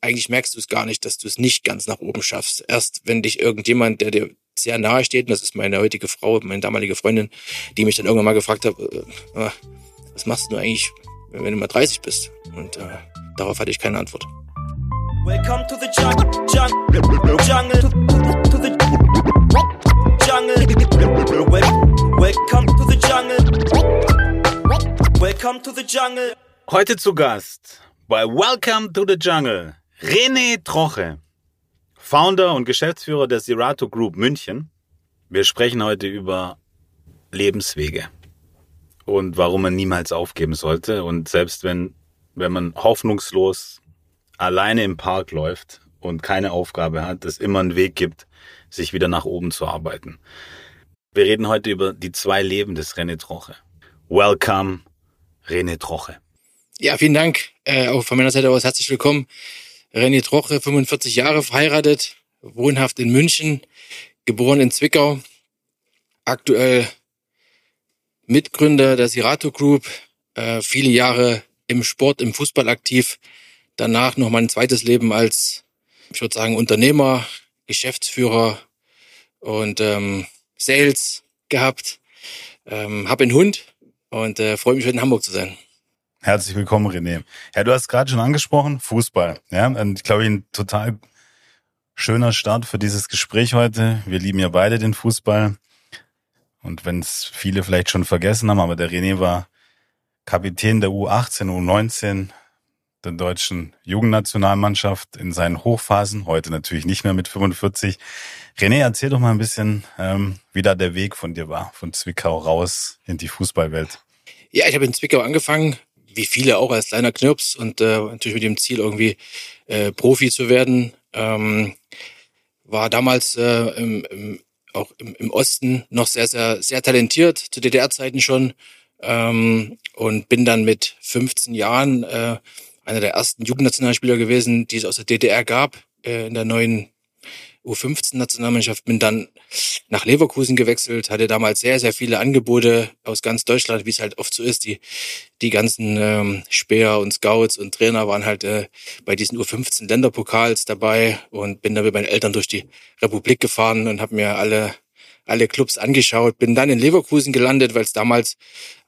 eigentlich merkst du es gar nicht, dass du es nicht ganz nach oben schaffst. Erst wenn dich irgendjemand, der dir sehr nahe steht, und das ist meine heutige Frau, meine damalige Freundin, die mich dann irgendwann mal gefragt hat, was machst du eigentlich, wenn du mal 30 bist? Und darauf hatte ich keine Antwort. Welcome to the jungle, jungle, to the jungle. Welcome to the jungle. Welcome to the jungle. Heute zu Gast bei Welcome to the Jungle René Troche, Founder und Geschäftsführer der Serato Group München. Wir sprechen heute über Lebenswege und warum man niemals aufgeben sollte. Und selbst wenn man hoffnungslos alleine im Park läuft und keine Aufgabe hat, es immer einen Weg gibt, sich wieder nach oben zu arbeiten. Wir reden heute über die 2 Leben des René Troche. Welcome, René Troche. Ja, vielen Dank. Auch von meiner Seite aus herzlich willkommen. René Troche, 45 Jahre, verheiratet, wohnhaft in München, geboren in Zwickau, aktuell Mitgründer der Serato Group, viele Jahre im Sport, im Fußball aktiv, danach noch mein zweites Leben als, ich würde sagen, Unternehmer, Geschäftsführer und Sales gehabt, habe einen Hund und freue mich, heute in Hamburg zu sein. Herzlich willkommen, René. Ja, du hast gerade schon angesprochen, Fußball. Ja, und ich glaube, ein total schöner Start für dieses Gespräch heute. Wir lieben ja beide den Fußball. Und wenn es viele vielleicht schon vergessen haben, aber der René war Kapitän der U18, U19 der deutschen Jugendnationalmannschaft in seinen Hochphasen. Heute natürlich nicht mehr mit 45. René, erzähl doch mal ein bisschen, wie da der Weg von dir war, von Zwickau raus in die Fußballwelt. Ja, ich habe in Zwickau angefangen, wie viele auch als kleiner Knirps und natürlich mit dem Ziel irgendwie Profi zu werden. War damals auch im Osten noch sehr, sehr, sehr talentiert, zu DDR-Zeiten schon, und bin dann mit 15 Jahren einer der ersten Jugendnationalspieler gewesen, die es aus der DDR gab, in der neuen U15-Nationalmannschaft. Bin dann nach Leverkusen gewechselt, hatte damals sehr, sehr viele Angebote aus ganz Deutschland, wie es halt oft so ist. Die ganzen Späher und Scouts und Trainer waren halt bei diesen U15-Länderpokals dabei und bin dann mit meinen Eltern durch die Republik gefahren und habe mir alle Clubs angeschaut. Bin dann in Leverkusen gelandet, weil es damals,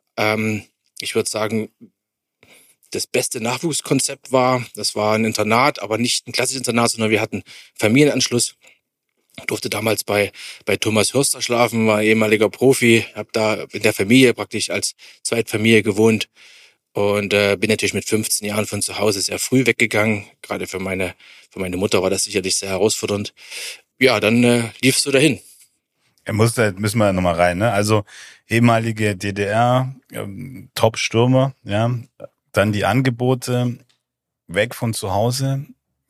ich würde sagen, das beste Nachwuchskonzept war. Das war ein Internat, aber nicht ein klassisches Internat, sondern wir hatten Familienanschluss. Ich durfte damals bei Thomas Hörster schlafen, war ehemaliger Profi, habe da in der Familie praktisch als Zweitfamilie gewohnt und bin natürlich mit 15 Jahren von zu Hause sehr früh weggegangen. Gerade für meine Mutter war das sicherlich sehr herausfordernd. Ja, dann lief es so dahin. Müssen wir nochmal rein, ne? Also ehemalige DDR, Top-Stürmer, ja. Dann die Angebote, weg von zu Hause,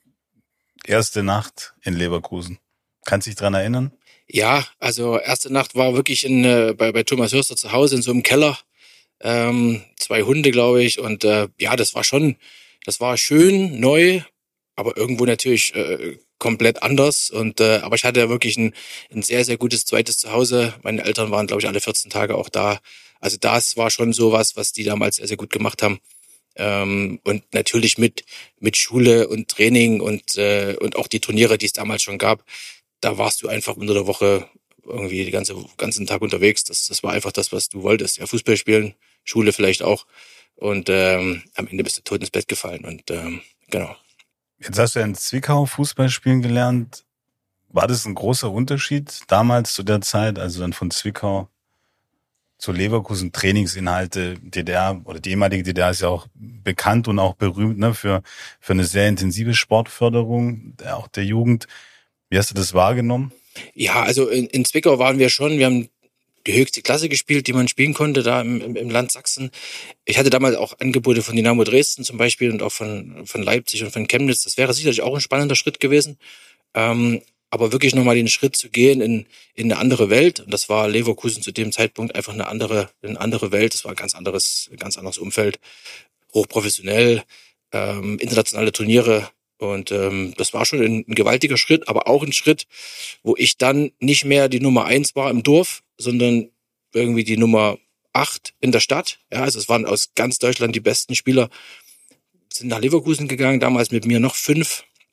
erste Nacht in Leverkusen. Kannst du dich dran erinnern? Ja, also erste Nacht war wirklich bei Thomas Hörster zu Hause in so einem Keller. 2 Hunde, glaube ich. Und ja, das war schön, neu, aber irgendwo natürlich komplett anders. Und aber ich hatte wirklich ein sehr, sehr gutes zweites Zuhause. Meine Eltern waren, glaube ich, alle 14 Tage auch da. Also das war schon sowas, was die damals sehr, sehr gut gemacht haben. Und natürlich mit Schule und Training und auch die Turniere, die es damals schon gab, da warst du einfach unter der Woche irgendwie den ganzen Tag unterwegs. Das war einfach das, was du wolltest. Ja, Fußball spielen, Schule vielleicht auch. Und am Ende bist du tot ins Bett gefallen. Und genau. Jetzt hast du in Zwickau Fußball spielen gelernt. War das ein großer Unterschied damals zu der Zeit, also dann von Zwickau zu Leverkusen? Trainingsinhalte, DDR oder die ehemalige DDR ist ja auch bekannt und auch berühmt, ne, für eine sehr intensive Sportförderung, auch der Jugend. Wie hast du das wahrgenommen? Ja, also in Zwickau waren wir schon. Wir haben die höchste Klasse gespielt, die man spielen konnte, da im Land Sachsen. Ich hatte damals auch Angebote von Dynamo Dresden zum Beispiel und auch von Leipzig und von Chemnitz. Das wäre sicherlich auch ein spannender Schritt gewesen. Aber wirklich nochmal den Schritt zu gehen in eine andere Welt. Und das war Leverkusen zu dem Zeitpunkt einfach eine andere Welt. Das war ein ganz anderes Umfeld. Hochprofessionell, internationale Turniere. Und das war schon ein gewaltiger Schritt, aber auch ein Schritt, wo ich dann nicht mehr die Nummer 1 war im Dorf, sondern irgendwie die Nummer 8 in der Stadt. Ja, also es waren aus ganz Deutschland die besten Spieler, sind nach Leverkusen gegangen, damals mit mir noch 5.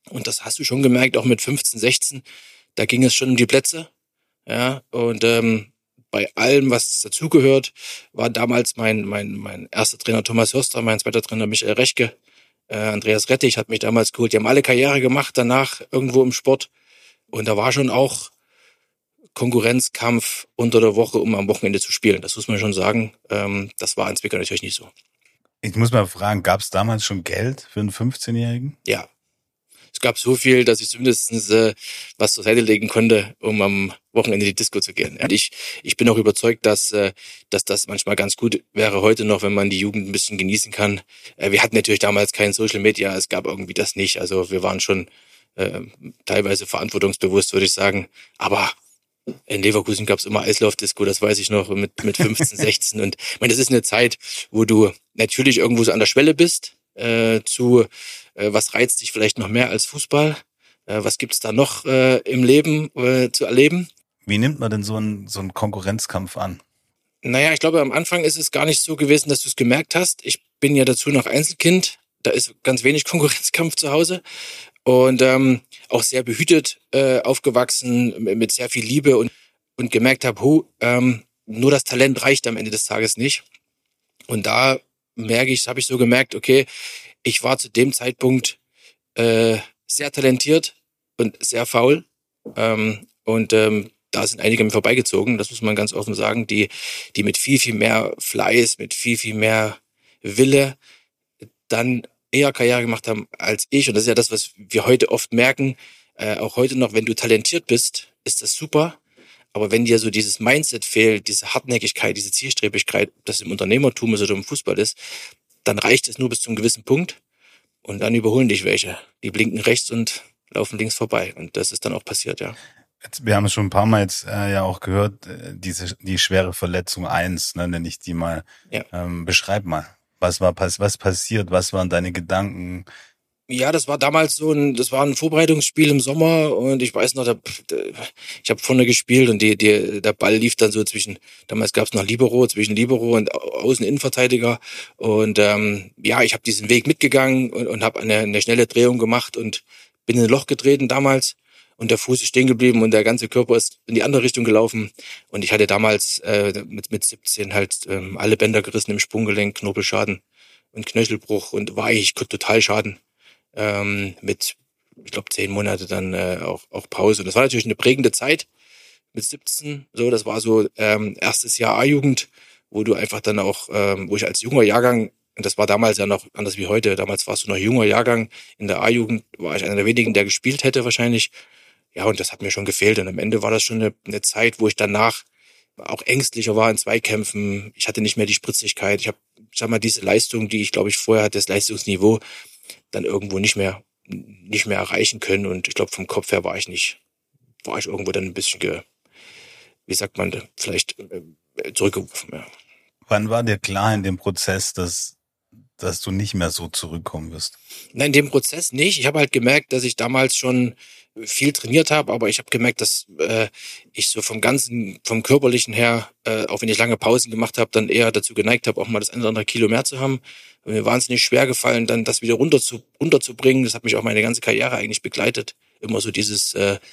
Und das hast du schon gemerkt, auch mit 15, 16, da ging es schon um die Plätze. Ja, und bei allem, was dazugehört, war damals mein erster Trainer Thomas Hörster, mein zweiter Trainer Michael Rechke, Andreas Rettich hat mich damals geholt. Die haben alle Karriere gemacht danach irgendwo im Sport. Und da war schon auch Konkurrenzkampf unter der Woche, um am Wochenende zu spielen. Das muss man schon sagen. Das war in Zwickau natürlich nicht so. Ich muss mal fragen, gab es damals schon Geld für einen 15-Jährigen? Ja. Es gab so viel, dass ich zumindest was zur Seite legen konnte, um am Wochenende in die Disco zu gehen. Und ich bin auch überzeugt, dass das manchmal ganz gut wäre heute noch, wenn man die Jugend ein bisschen genießen kann. Wir hatten natürlich damals kein Social Media, es gab irgendwie das nicht. Also wir waren schon teilweise verantwortungsbewusst, würde ich sagen. Aber in Leverkusen gab es immer Eislaufdisco, das weiß ich noch, mit 15, 16. Und ich meine, das ist eine Zeit, wo du natürlich irgendwo so an der Schwelle bist, was reizt dich vielleicht noch mehr als Fußball? Was gibt's da noch im Leben zu erleben? Wie nimmt man denn so einen Konkurrenzkampf an? Naja, ich glaube, am Anfang ist es gar nicht so gewesen, dass du es gemerkt hast. Ich bin ja dazu noch Einzelkind. Da ist ganz wenig Konkurrenzkampf zu Hause. Und auch sehr behütet aufgewachsen, mit sehr viel Liebe und gemerkt habe, nur das Talent reicht am Ende des Tages nicht. Und da habe ich so gemerkt, okay, ich war zu dem Zeitpunkt sehr talentiert und sehr faul. Da sind einige mir vorbeigezogen, das muss man ganz offen sagen, die mit viel, viel mehr Fleiß, mit viel, viel mehr Wille dann eher Karriere gemacht haben als ich. Und das ist ja das, was wir heute oft merken. Auch heute noch, wenn du talentiert bist, ist das super. Aber wenn dir so dieses Mindset fehlt, diese Hartnäckigkeit, diese Zielstrebigkeit, ob das im Unternehmertum ist oder im Fußball ist, dann reicht es nur bis zu einem gewissen Punkt. Und dann überholen dich welche. Die blinken rechts und laufen links vorbei. Und das ist dann auch passiert, ja. Wir haben es schon ein paar Mal jetzt ja auch gehört, die schwere Verletzung 1, ne, nenne ich die mal. Ja. Beschreib mal, was passiert, was waren deine Gedanken? Ja, das war damals das war ein Vorbereitungsspiel im Sommer und ich weiß noch, ich habe vorne gespielt und der Ball lief dann so damals gab es noch zwischen Libero und Außeninnenverteidiger und ich habe diesen Weg mitgegangen und habe eine schnelle Drehung gemacht und bin in ein Loch getreten damals und der Fuß ist stehen geblieben und der ganze Körper ist in die andere Richtung gelaufen und ich hatte damals mit 17 halt alle Bänder gerissen im Sprunggelenk, Knorpelschaden und Knöchelbruch und war eigentlich total Schaden. Mit, ich glaube, 10 Monate dann auch Pause. Und das war natürlich eine prägende Zeit mit 17. So, das war so erstes Jahr A-Jugend, wo du einfach dann auch, wo ich als junger Jahrgang, und das war damals ja noch anders wie heute, damals warst du noch junger Jahrgang, in der A-Jugend war ich einer der wenigen, der gespielt hätte wahrscheinlich. Ja, und das hat mir schon gefehlt. Und am Ende war das schon eine Zeit, wo ich danach auch ängstlicher war in Zweikämpfen. Ich hatte nicht mehr die Spritzigkeit. Ich sag mal, diese Leistung, die ich glaube ich vorher hatte, das Leistungsniveau, dann irgendwo nicht mehr erreichen können. Und ich glaube, vom Kopf her war ich irgendwo dann ein bisschen, wie sagt man, vielleicht zurückgeworfen. Ja. Wann war dir klar in dem Prozess, dass du nicht mehr so zurückkommen wirst? Nein, in dem Prozess nicht. Ich habe halt gemerkt, dass ich damals schon viel trainiert habe, aber ich habe gemerkt, dass ich so vom Körperlichen her, auch wenn ich lange Pausen gemacht habe, dann eher dazu geneigt habe, auch mal das eine oder andere Kilo mehr zu haben. Und mir wahnsinnig schwer gefallen, dann das wieder runterzubringen. Das hat mich auch meine ganze Karriere eigentlich begleitet. Immer so dieses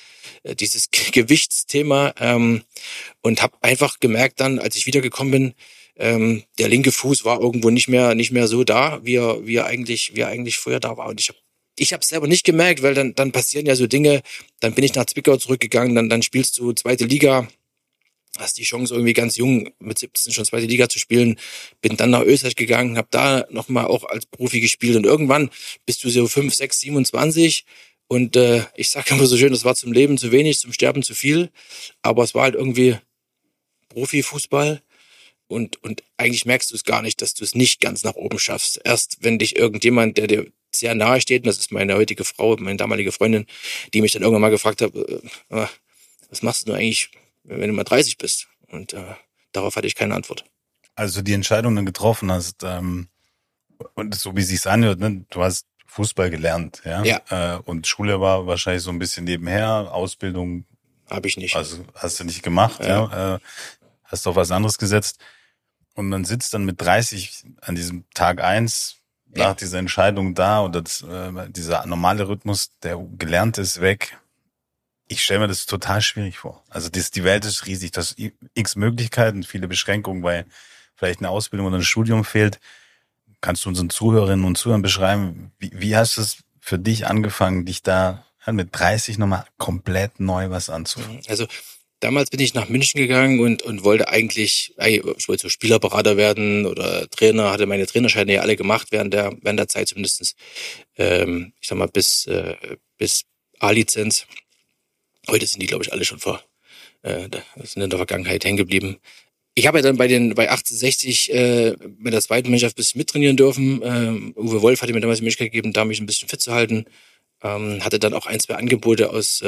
Gewichtsthema. Und habe einfach gemerkt dann, als ich wiedergekommen bin, der linke Fuß war irgendwo nicht mehr so da, wie er eigentlich früher da war. Und ich habe es selber nicht gemerkt, weil dann passieren ja so Dinge. Dann bin ich nach Zwickau zurückgegangen, dann spielst du zweite Liga, hast die Chance irgendwie ganz jung mit 17 schon zweite Liga zu spielen. Bin dann nach Österreich gegangen, habe da nochmal auch als Profi gespielt und irgendwann bist du so 5, 6, 27 und ich sage immer so schön, das war zum Leben zu wenig, zum Sterben zu viel, aber es war halt irgendwie Profifußball. Und eigentlich merkst du es gar nicht, dass du es nicht ganz nach oben schaffst. Erst wenn dich irgendjemand, der dir sehr nahe steht, und das ist meine heutige Frau, meine damalige Freundin, die mich dann irgendwann mal gefragt hat, was machst du eigentlich, wenn du mal 30 bist? Und darauf hatte ich keine Antwort. Also die Entscheidung dann getroffen hast, und so wie es sich anhört, ne, du hast Fußball gelernt, ja? Ja. Und Schule war wahrscheinlich so ein bisschen nebenher, Ausbildung habe ich nicht. Also hast du nicht gemacht, ja. Hast auf was anderes gesetzt. Und man sitzt dann mit 30 an diesem Tag 1 nach dieser Entscheidung da oder dieser normale Rhythmus, der gelernt ist, weg. Ich stelle mir das total schwierig vor. Also die Welt ist riesig, du hast x Möglichkeiten, viele Beschränkungen, weil vielleicht eine Ausbildung oder ein Studium fehlt. Kannst du unseren Zuhörerinnen und Zuhörern beschreiben, wie hast du es für dich angefangen, dich da mit 30 nochmal komplett neu was anzufangen? Also damals bin ich nach München gegangen und wollte eigentlich, ich wollte so Spielerberater werden oder Trainer, hatte meine Trainerscheine ja alle gemacht während der Zeit zumindest, ich sag mal bis A-Lizenz. Heute sind die, glaube ich, alle schon sind in der Vergangenheit hängen geblieben. Ich habe ja dann bei 1860 mit der zweiten Mannschaft ein bisschen mittrainieren dürfen. Uwe Wolf hatte mir damals die Möglichkeit gegeben, da mich ein bisschen fit zu halten. Hatte dann auch 1, 2 Angebote aus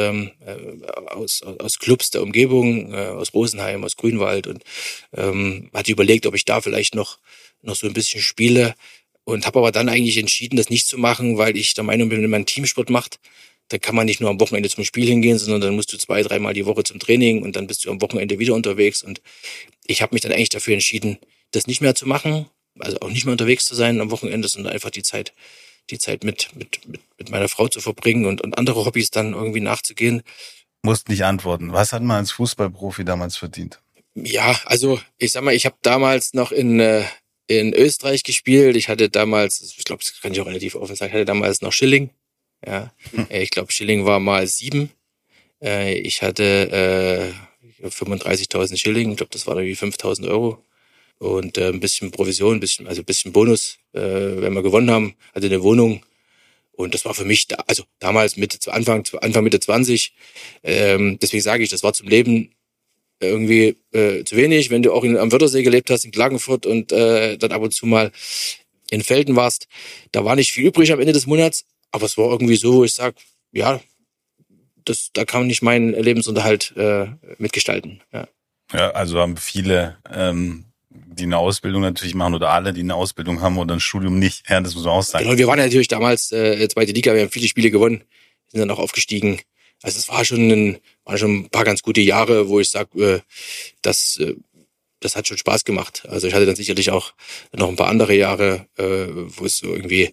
Clubs der Umgebung, aus Rosenheim, aus Grünwald und hatte überlegt, ob ich da vielleicht noch so ein bisschen spiele und habe aber dann eigentlich entschieden, das nicht zu machen, weil ich der Meinung bin, wenn man Teamsport macht, da kann man nicht nur am Wochenende zum Spiel hingehen, sondern dann musst du 2, 3 Mal die Woche zum Training und dann bist du am Wochenende wieder unterwegs. Und ich habe mich dann eigentlich dafür entschieden, das nicht mehr zu machen, also auch nicht mehr unterwegs zu sein am Wochenende, sondern einfach die Zeit mit meiner Frau zu verbringen und andere Hobbys dann irgendwie nachzugehen. Musst nicht antworten. Was hat man als Fußballprofi damals verdient? Ja, also ich sag mal, ich habe damals noch in Österreich gespielt. Ich hatte damals, ich glaube, das kann ich auch relativ offen sagen, ich hatte damals noch Schilling. Ja, ich glaube, Schilling war mal 7. Ich hatte 35.000 Schilling. Ich glaube, das waren irgendwie 5.000 Euro. Und ein bisschen Provision, ein bisschen Bonus, wenn wir gewonnen haben. Hatte eine Wohnung. Und das war für mich, damals Anfang Mitte 20. Deswegen sage ich, das war zum Leben irgendwie zu wenig. Wenn du auch am Wörthersee gelebt hast, in Klagenfurt und dann ab und zu mal in Velden warst, da war nicht viel übrig am Ende des Monats. Aber es war irgendwie so, wo ich sage, ja, da kann ich meinen Lebensunterhalt mitgestalten. Ja. Ja, also haben viele, die eine Ausbildung natürlich machen oder alle, die eine Ausbildung haben oder ein Studium nicht. Ja, das muss man auch sagen. Genau, wir waren ja natürlich damals zweite Liga, wir haben viele Spiele gewonnen, sind dann auch aufgestiegen. Also es waren schon ein paar ganz gute Jahre, wo ich sage, das hat schon Spaß gemacht. Also ich hatte dann sicherlich auch noch ein paar andere Jahre, wo es so irgendwie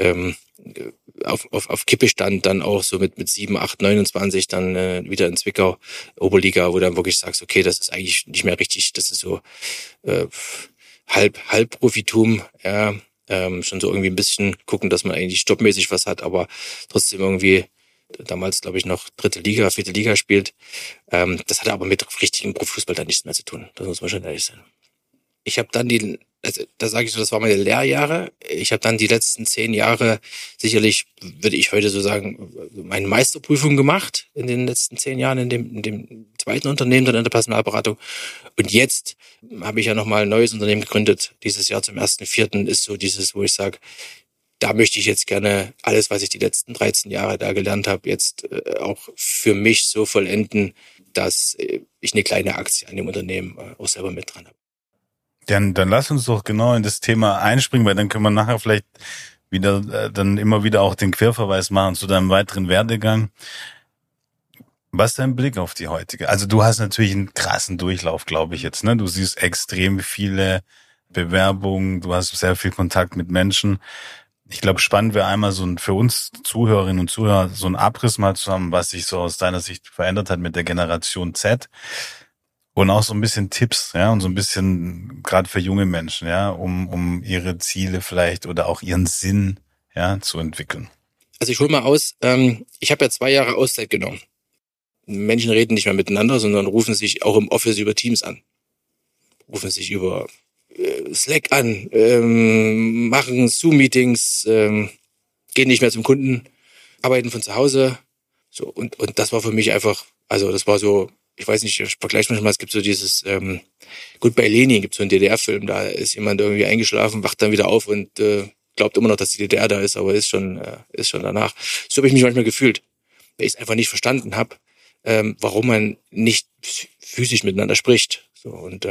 auf Kippe stand, dann auch so mit 7, 8, 29 dann wieder in Zwickau, Oberliga, wo dann wirklich sagst, okay, das ist eigentlich nicht mehr richtig, das ist so halb Profitum, ja, schon so irgendwie ein bisschen gucken, dass man eigentlich jobmäßig was hat, aber trotzdem irgendwie damals, glaube ich, noch 3. Liga, 4. Liga spielt. Das hatte aber mit richtigem Profifußball dann nichts mehr zu tun. Das muss man schon ehrlich sein. Ich habe dann da sage ich so, das waren meine Lehrjahre. Ich habe dann die letzten 10 Jahre sicherlich, würde ich heute so sagen, meine Meisterprüfung gemacht in den letzten 10 Jahren in dem zweiten Unternehmen, dann in der Personalberatung. Und jetzt habe ich ja nochmal ein neues Unternehmen gegründet. Dieses Jahr zum 1.4. ist so dieses, wo ich sage, da möchte ich jetzt gerne alles, was ich die letzten 13 Jahre da gelernt habe, jetzt auch für mich so vollenden, dass ich eine kleine Aktie an dem Unternehmen auch selber mit dran habe. Dann lass uns doch genau in das Thema einspringen, weil dann können wir nachher vielleicht wieder dann immer wieder auch den Querverweis machen zu deinem weiteren Werdegang. Was ist dein Blick auf die heutige? Also du hast natürlich einen krassen Durchlauf, glaube ich jetzt, ne? Du siehst extrem viele Bewerbungen, du hast sehr viel Kontakt mit Menschen. Ich glaube, spannend wäre einmal für uns Zuhörerinnen und Zuhörer so einen Abriss mal zu haben, was sich so aus deiner Sicht verändert hat mit der Generation Z. Und auch so ein bisschen Tipps, ja, und so ein bisschen gerade für junge Menschen, ja, um ihre Ziele vielleicht oder auch ihren Sinn, ja, zu entwickeln. Also ich hole mal aus, ich habe ja 2 Jahre Auszeit genommen. Menschen reden nicht mehr miteinander, sondern rufen sich auch im Office über Teams an. Rufen sich über Slack an, machen Zoom-Meetings, gehen nicht mehr zum Kunden, arbeiten von zu Hause. So, und das war für mich einfach, also das war so, ich weiß nicht, ich vergleiche manchmal, es gibt so dieses Goodbye Lenin, gibt so einen DDR-Film, da ist jemand irgendwie eingeschlafen, wacht dann wieder auf und glaubt immer noch, dass die DDR da ist, aber ist schon danach. So habe ich mich manchmal gefühlt, weil ich es einfach nicht verstanden habe, warum man nicht physisch miteinander spricht. So, und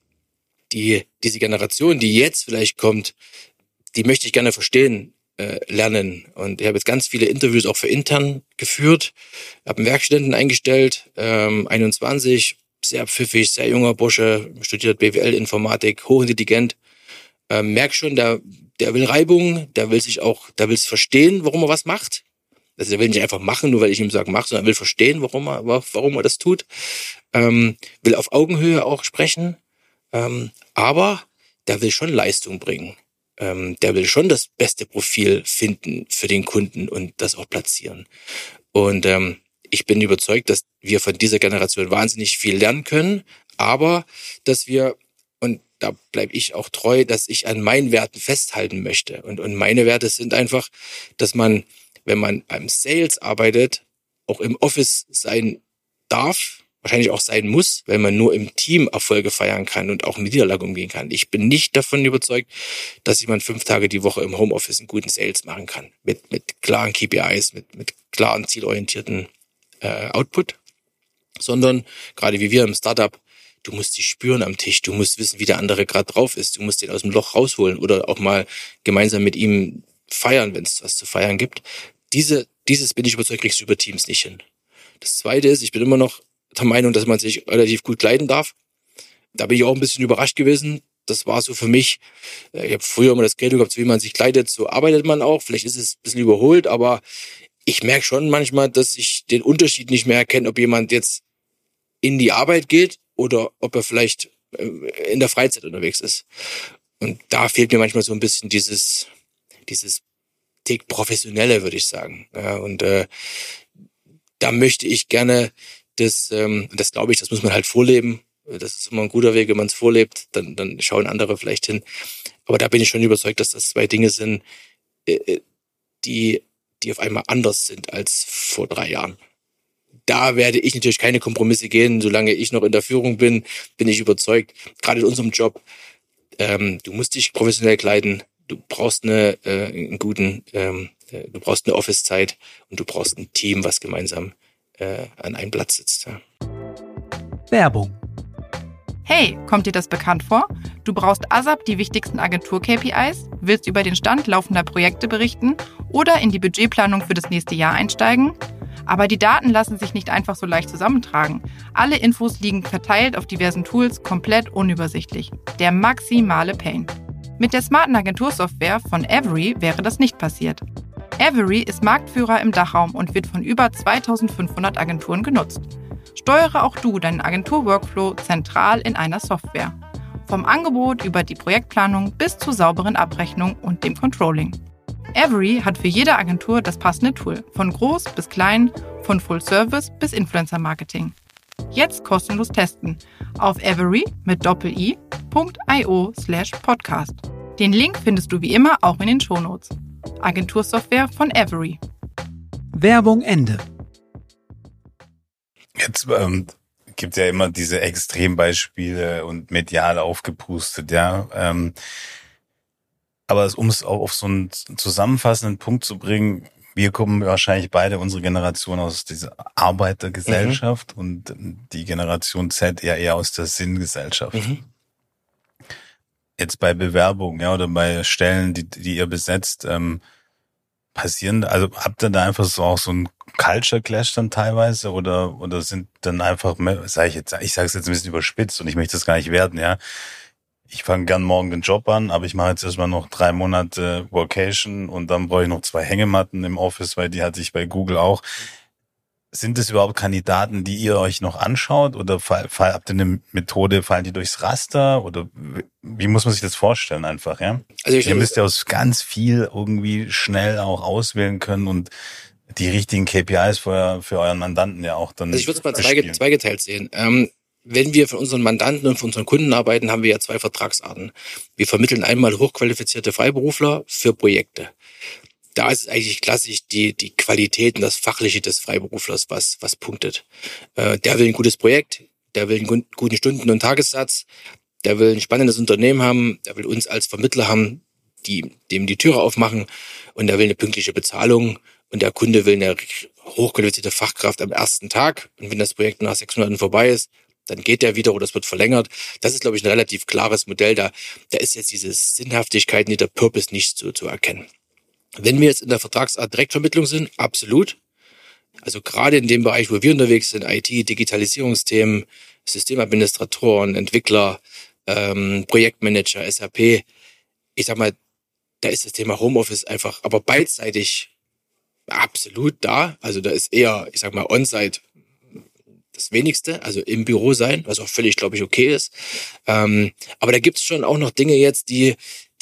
diese Generation, die jetzt vielleicht kommt, die möchte ich gerne verstehen, lernen. Und ich habe jetzt ganz viele Interviews auch für intern geführt, habe einen Werkstudenten eingestellt, 21, sehr pfiffig, sehr junger Bursche, studiert BWL, Informatik, hochintelligent. merk schon, der will Reibung, der will es verstehen, warum er was macht. Also der will nicht einfach machen, nur weil ich ihm sage, mach, sondern er will verstehen, warum er das tut. Will auf Augenhöhe auch sprechen. Aber der will schon Leistung bringen. Der will schon das beste Profil finden für den Kunden und das auch platzieren. Und ich bin überzeugt, dass wir von dieser Generation wahnsinnig viel lernen können, aber dass wir, und da bleibe ich auch treu, dass ich an meinen Werten festhalten möchte. Und meine Werte sind einfach, dass man, wenn man beim Sales arbeitet, auch im Office sein darf, wahrscheinlich auch sein muss, weil man nur im Team Erfolge feiern kann und auch mit Niederlagen umgehen kann. Ich bin nicht davon überzeugt, dass jemand 5 Tage die Woche im Homeoffice einen guten Sales machen kann. Mit klaren KPIs, mit klaren zielorientierten Output. Sondern, gerade wie wir im Startup, du musst dich spüren am Tisch. Du musst wissen, wie der andere gerade drauf ist. Du musst den aus dem Loch rausholen oder auch mal gemeinsam mit ihm feiern, wenn es was zu feiern gibt. Dieses bin ich überzeugt, kriegst du über Teams nicht hin. Das Zweite ist, ich bin immer noch der Meinung, dass man sich relativ gut kleiden darf. Da bin ich auch ein bisschen überrascht gewesen. Das war so für mich, ich habe früher immer das Credo gehabt, so wie man sich kleidet, so arbeitet man auch. Vielleicht ist es ein bisschen überholt, aber ich merke schon manchmal, dass ich den Unterschied nicht mehr erkenne, ob jemand jetzt in die Arbeit geht oder ob er vielleicht in der Freizeit unterwegs ist. Und da fehlt mir manchmal so ein bisschen dieses Tick Professionelle, würde ich sagen. Ja, und da möchte ich gerne das glaube ich, das muss man halt vorleben. Das ist immer ein guter Weg, wenn man es vorlebt, dann schauen andere vielleicht hin. Aber da bin ich schon überzeugt, dass das 2 Dinge sind, die auf einmal anders sind als vor 3 Jahren. Da werde ich natürlich keine Kompromisse gehen. Solange ich noch in der Führung bin ich überzeugt, gerade in unserem Job, du musst dich professionell kleiden, du brauchst du brauchst eine Office-Zeit und du brauchst ein Team, was gemeinsam an einem Platz sitzt. Ja. Werbung. Hey, kommt dir das bekannt vor? Du brauchst ASAP die wichtigsten Agentur-KPIs, willst über den Stand laufender Projekte berichten oder in die Budgetplanung für das nächste Jahr einsteigen? Aber die Daten lassen sich nicht einfach so leicht zusammentragen. Alle Infos liegen verteilt auf diversen Tools, komplett unübersichtlich. Der maximale Pain. Mit der smarten Agentursoftware von Every wäre das nicht passiert. Every ist Marktführer im Dachraum und wird von über 2500 Agenturen genutzt. Steuere auch du deinen Agentur-Workflow zentral in einer Software. Vom Angebot über die Projektplanung bis zur sauberen Abrechnung und dem Controlling. Every hat für jede Agentur das passende Tool, von groß bis klein, von Full Service bis Influencer Marketing. Jetzt kostenlos testen auf every.io/podcast. Den Link findest du wie immer auch in den Shownotes. Agentursoftware von Every. Werbung Ende. Jetzt gibt ja immer diese Extrembeispiele und medial aufgepustet, ja. Aber um es auch auf so einen zusammenfassenden Punkt zu bringen, wir kommen wahrscheinlich beide, unsere Generation, aus dieser Arbeitergesellschaft und die Generation Z eher aus der Sinngesellschaft. Jetzt bei Bewerbungen, ja, oder bei Stellen, die ihr besetzt, passieren, also habt ihr da einfach so auch so ein Culture Clash dann teilweise oder sind dann einfach, ich sage es jetzt ein bisschen überspitzt und ich möchte das gar nicht werten, ja. Ich fange gern morgen den Job an, aber ich mache jetzt erstmal noch 3 Monate Vacation und dann brauche ich noch 2 Hängematten im Office, weil die hatte ich bei Google auch. Sind das überhaupt Kandidaten, die ihr euch noch anschaut oder habt ihr eine Methode, fallen die durchs Raster oder wie muss man sich das vorstellen einfach, ja? Also ihr müsst ja aus ganz viel irgendwie schnell auch auswählen können und die richtigen KPIs für euren Mandanten ja auch dann. Also ich würde es mal zweigeteilt sehen. Wenn wir von unseren Mandanten und von unseren Kunden arbeiten, haben wir ja 2 Vertragsarten. Wir vermitteln einmal hochqualifizierte Freiberufler für Projekte. Da ist es eigentlich klassisch die Qualität und das Fachliche des Freiberuflers, was punktet. Der will ein gutes Projekt, der will einen guten Stunden- und Tagessatz, der will ein spannendes Unternehmen haben, der will uns als Vermittler haben, dem die Türe aufmachen und der will eine pünktliche Bezahlung und der Kunde will eine hochqualifizierte Fachkraft am ersten Tag und wenn das Projekt nach 6 Monaten vorbei ist, dann geht der wieder oder es wird verlängert. Das ist, glaube ich, ein relativ klares Modell. Da ist jetzt diese Sinnhaftigkeit, der Purpose nicht so zu erkennen. Wenn wir jetzt in der Vertragsart Direktvermittlung sind, absolut. Also gerade in dem Bereich, wo wir unterwegs sind, IT, Digitalisierungsthemen, Systemadministratoren, Entwickler, Projektmanager, SAP, ich sag mal, da ist das Thema Homeoffice einfach aber beidseitig absolut da. Also da ist eher, ich sag mal, On-Site das Wenigste, also im Büro sein, was auch völlig, glaube ich, okay ist. Aber da gibt es schon auch noch Dinge jetzt, die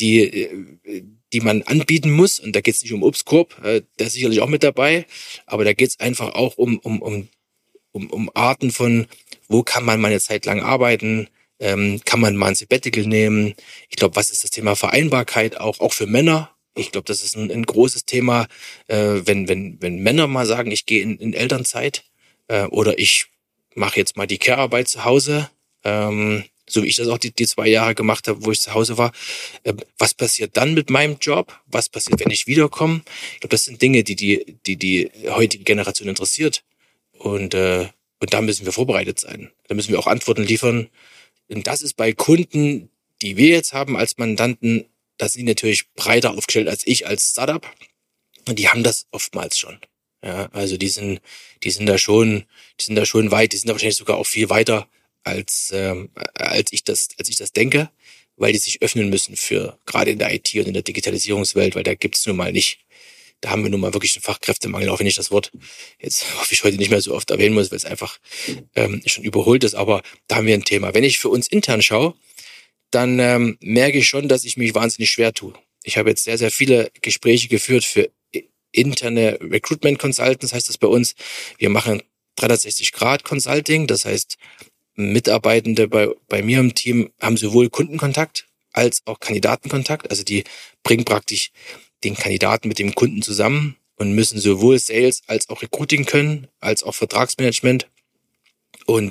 man anbieten muss. Und da geht es nicht um Obstkorb, der ist sicherlich auch mit dabei. Aber da geht es einfach auch um Arten von, wo kann man mal eine Zeit lang arbeiten, kann man mal ein Sabbatical nehmen. Ich glaube, was ist das Thema Vereinbarkeit auch für Männer? Ich glaube, das ist ein großes Thema, wenn Männer mal sagen, ich gehe in Elternzeit oder ich mache jetzt mal die Care-Arbeit zu Hause, so wie ich das auch die 2 Jahre gemacht habe, wo ich zu Hause war. Was passiert dann mit meinem Job? Was passiert, wenn ich wiederkomme? Ich glaube, das sind Dinge, die heutige Generation interessiert. Und da müssen wir vorbereitet sein. Da müssen wir auch Antworten liefern. Und das ist bei Kunden, die wir jetzt haben als Mandanten, da sind die natürlich breiter aufgestellt als ich als Startup. Und die haben das oftmals schon. Ja, also die sind da schon weit, die sind da wahrscheinlich sogar auch viel weiter als ich das denke, weil die sich öffnen müssen für gerade in der IT und in der Digitalisierungswelt, weil da gibt's nun mal nicht. Da haben wir nun mal wirklich einen Fachkräftemangel, auch wenn ich das Wort jetzt hoffe ich heute nicht mehr so oft erwähnen muss, weil es einfach schon überholt ist, aber da haben wir ein Thema. Wenn ich für uns intern schaue, dann merke ich schon, dass ich mich wahnsinnig schwer tue. Ich habe jetzt sehr, sehr viele Gespräche geführt für interne Recruitment Consultants, heißt das bei uns. Wir machen 360-Grad-Consulting, das heißt, Mitarbeitende bei mir im Team haben sowohl Kundenkontakt als auch Kandidatenkontakt. Also die bringen praktisch den Kandidaten mit dem Kunden zusammen und müssen sowohl Sales als auch Recruiting können, als auch Vertragsmanagement. Und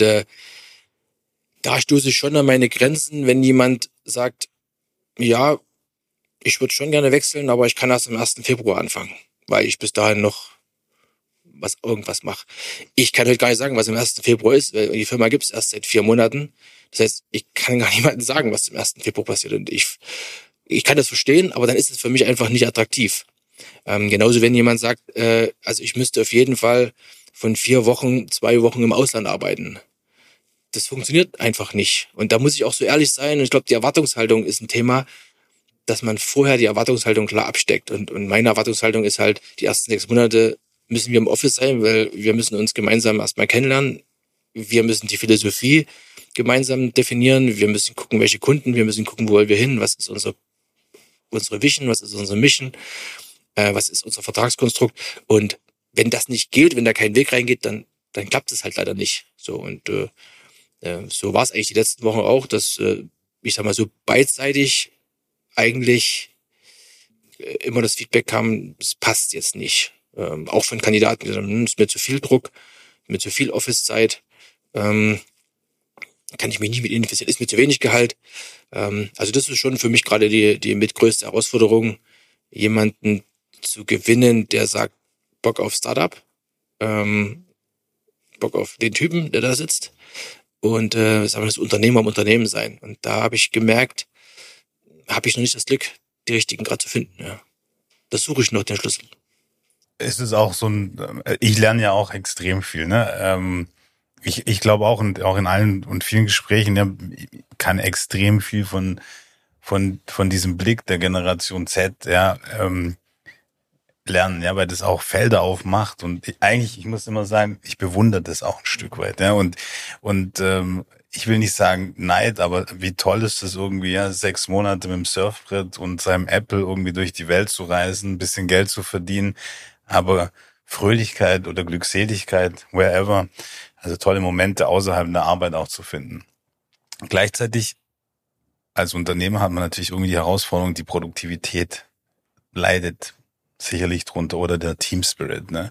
da stoße ich schon an meine Grenzen, wenn jemand sagt, ja, ich würde schon gerne wechseln, aber ich kann erst am 1. Februar anfangen, weil ich bis dahin noch irgendwas mache. Ich kann heute gar nicht sagen, was am 1. Februar ist, weil die Firma gibt es erst seit 4 Monaten. Das heißt, ich kann gar niemandem sagen, was am 1. Februar passiert. Und ich kann das verstehen, aber dann ist es für mich einfach nicht attraktiv. Genauso, wenn jemand sagt, also ich müsste auf jeden Fall von 4 Wochen 2 Wochen im Ausland arbeiten. Das funktioniert einfach nicht. Und da muss ich auch so ehrlich sein. Und ich glaube, die Erwartungshaltung ist ein Thema, dass man vorher die Erwartungshaltung klar absteckt. Und meine Erwartungshaltung ist halt, die ersten 6 Monate müssen wir im Office sein, weil wir müssen uns gemeinsam erstmal kennenlernen. Wir müssen die Philosophie gemeinsam definieren. Wir müssen gucken, welche Kunden, wir müssen gucken, wo wollen wir hin, was ist unsere Vision, was ist unsere Mission, was ist unser Vertragskonstrukt. Und wenn das nicht gilt, wenn da kein Weg reingeht, dann klappt es halt leider nicht. So, und so war es eigentlich die letzten Wochen auch, dass ich sag mal so beidseitig eigentlich immer das Feedback kam, es passt jetzt nicht. Auch von Kandidaten, die sagen, ist mir zu viel Druck, mir zu viel Office-Zeit, kann ich mich nicht mit identifizieren, ist mir zu wenig Gehalt. Also das ist schon für mich gerade die mitgrößte Herausforderung, jemanden zu gewinnen, der sagt, Bock auf Startup, Bock auf den Typen, der da sitzt und sagen wir das Unternehmer im Unternehmen sein. Und da habe ich gemerkt, habe ich noch nicht das Glück, die richtigen gerade zu finden. Ja. Das suche ich noch, den Schlüssel. Es ist auch ich lerne ja auch extrem viel, ne? Ich glaube auch in allen und vielen Gesprächen, ja, kann extrem viel von diesem Blick der Generation Z, ja, lernen, ja, weil das auch Felder aufmacht und ich muss immer sagen, ich bewundere das auch ein Stück weit, ja, und ich will nicht sagen Neid, aber wie toll ist das irgendwie, ja, 6 Monate mit dem Surfbrett und seinem Apple irgendwie durch die Welt zu reisen, ein bisschen Geld zu verdienen, aber Fröhlichkeit oder Glückseligkeit, wherever, also tolle Momente außerhalb der Arbeit auch zu finden. Gleichzeitig als Unternehmer hat man natürlich irgendwie die Herausforderung, die Produktivität leidet sicherlich drunter oder der Team Spirit, ne?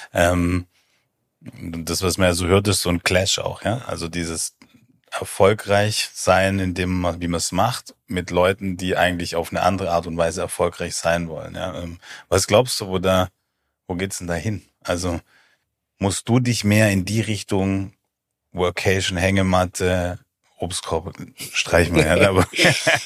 Das, was man ja so hört, ist so ein Clash auch, ja. Also dieses erfolgreich sein, wie man es macht, mit Leuten, die eigentlich auf eine andere Art und Weise erfolgreich sein wollen, ja. Was glaubst du, wo geht's denn da hin? Also musst du dich mehr in die Richtung Workation, Hängematte, Obstkorb, streichen wir ja, aber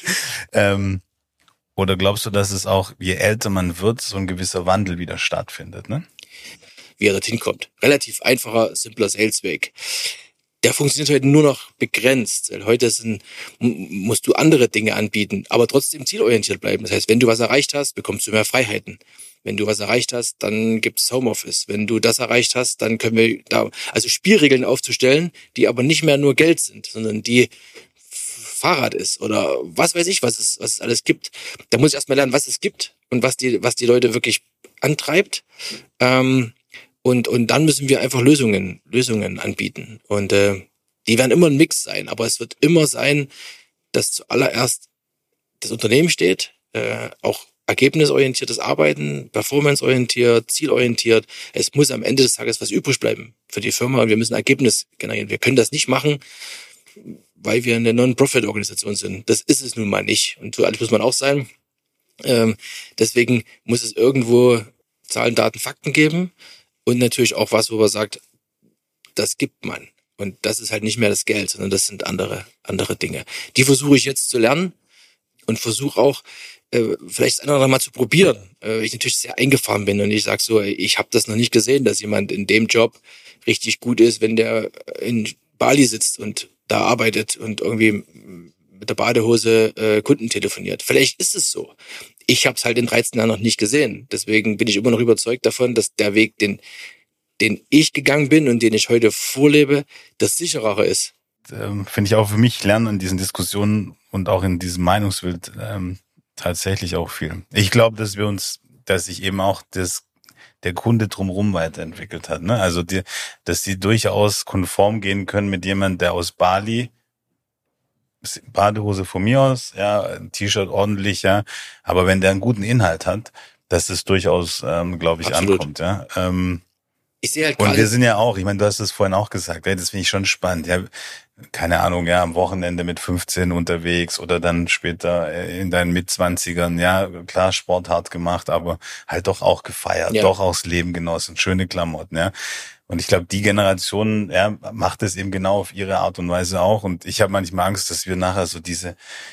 oder glaubst du, dass es auch, je älter man wird, so ein gewisser Wandel wieder stattfindet, ne? Wie er dorthin kommt. Relativ einfacher, simpler Salesweg. der funktioniert heute nur noch begrenzt. Weil heute musst du andere Dinge anbieten, aber trotzdem zielorientiert bleiben. Das heißt, wenn du was erreicht hast, bekommst du mehr Freiheiten. Wenn du was erreicht hast, dann gibt's Homeoffice. Wenn du das erreicht hast, dann können wir da, also Spielregeln aufzustellen, die aber nicht mehr nur Geld sind, sondern die Fahrrad ist oder was weiß ich, was es alles gibt. Da muss ich erstmal lernen, was es gibt und was die Leute wirklich antreibt. Und dann müssen wir einfach Lösungen anbieten. Und die werden immer ein Mix sein, aber es wird immer sein, dass zuallererst das Unternehmen steht, auch ergebnisorientiertes Arbeiten, performanceorientiert, zielorientiert. Es muss am Ende des Tages was übrig bleiben für die Firma und wir müssen Ergebnis generieren. Wir können das nicht machen, weil wir eine Non-Profit-Organisation sind. Das ist es nun mal nicht. Und so alles muss man auch sein. Deswegen muss es irgendwo Zahlen, Daten, Fakten geben und natürlich auch was, wo man sagt, das gibt man. Und das ist halt nicht mehr das Geld, sondern das sind andere Dinge. Die versuche ich jetzt zu lernen und versuche auch, vielleicht das eine oder andere Mal zu probieren. Ich natürlich sehr eingefahren bin und ich sage so, ich habe das noch nicht gesehen, dass jemand in dem Job richtig gut ist, wenn der in Bali sitzt und da arbeitet und irgendwie mit der Badehose Kunden telefoniert. Vielleicht ist es so. Ich habe es halt in 13 Jahren noch nicht gesehen. Deswegen bin ich immer noch überzeugt davon, dass der Weg, den ich gegangen bin und den ich heute vorlebe, das sicherere ist. Finde ich auch für mich lernen in diesen Diskussionen und auch in diesem Meinungsbild tatsächlich auch viel. Ich glaube, dass sich eben auch der Kunde drumherum weiterentwickelt hat. Ne? Also dass die durchaus konform gehen können mit jemand, der aus Bali, Badehose von mir aus, ja, T-Shirt ordentlich, ja, aber wenn der einen guten Inhalt hat, dass es durchaus, glaube ich, Absolut ankommt. Ja. Ich sehe halt und wir sind ja auch, ich meine, du hast es vorhin auch gesagt, ja, das finde ich schon spannend. Ja, keine Ahnung, ja, am Wochenende mit 15 unterwegs oder dann später in deinen Mitzwanzigern, ja, klar, Sport hart gemacht, aber halt doch auch gefeiert, doch auch das Leben genossen, schöne Klamotten, ja. Und ich glaube, die Generation, ja, macht es eben genau auf ihre Art und Weise auch. Und ich habe manchmal Angst, dass wir nachher so diese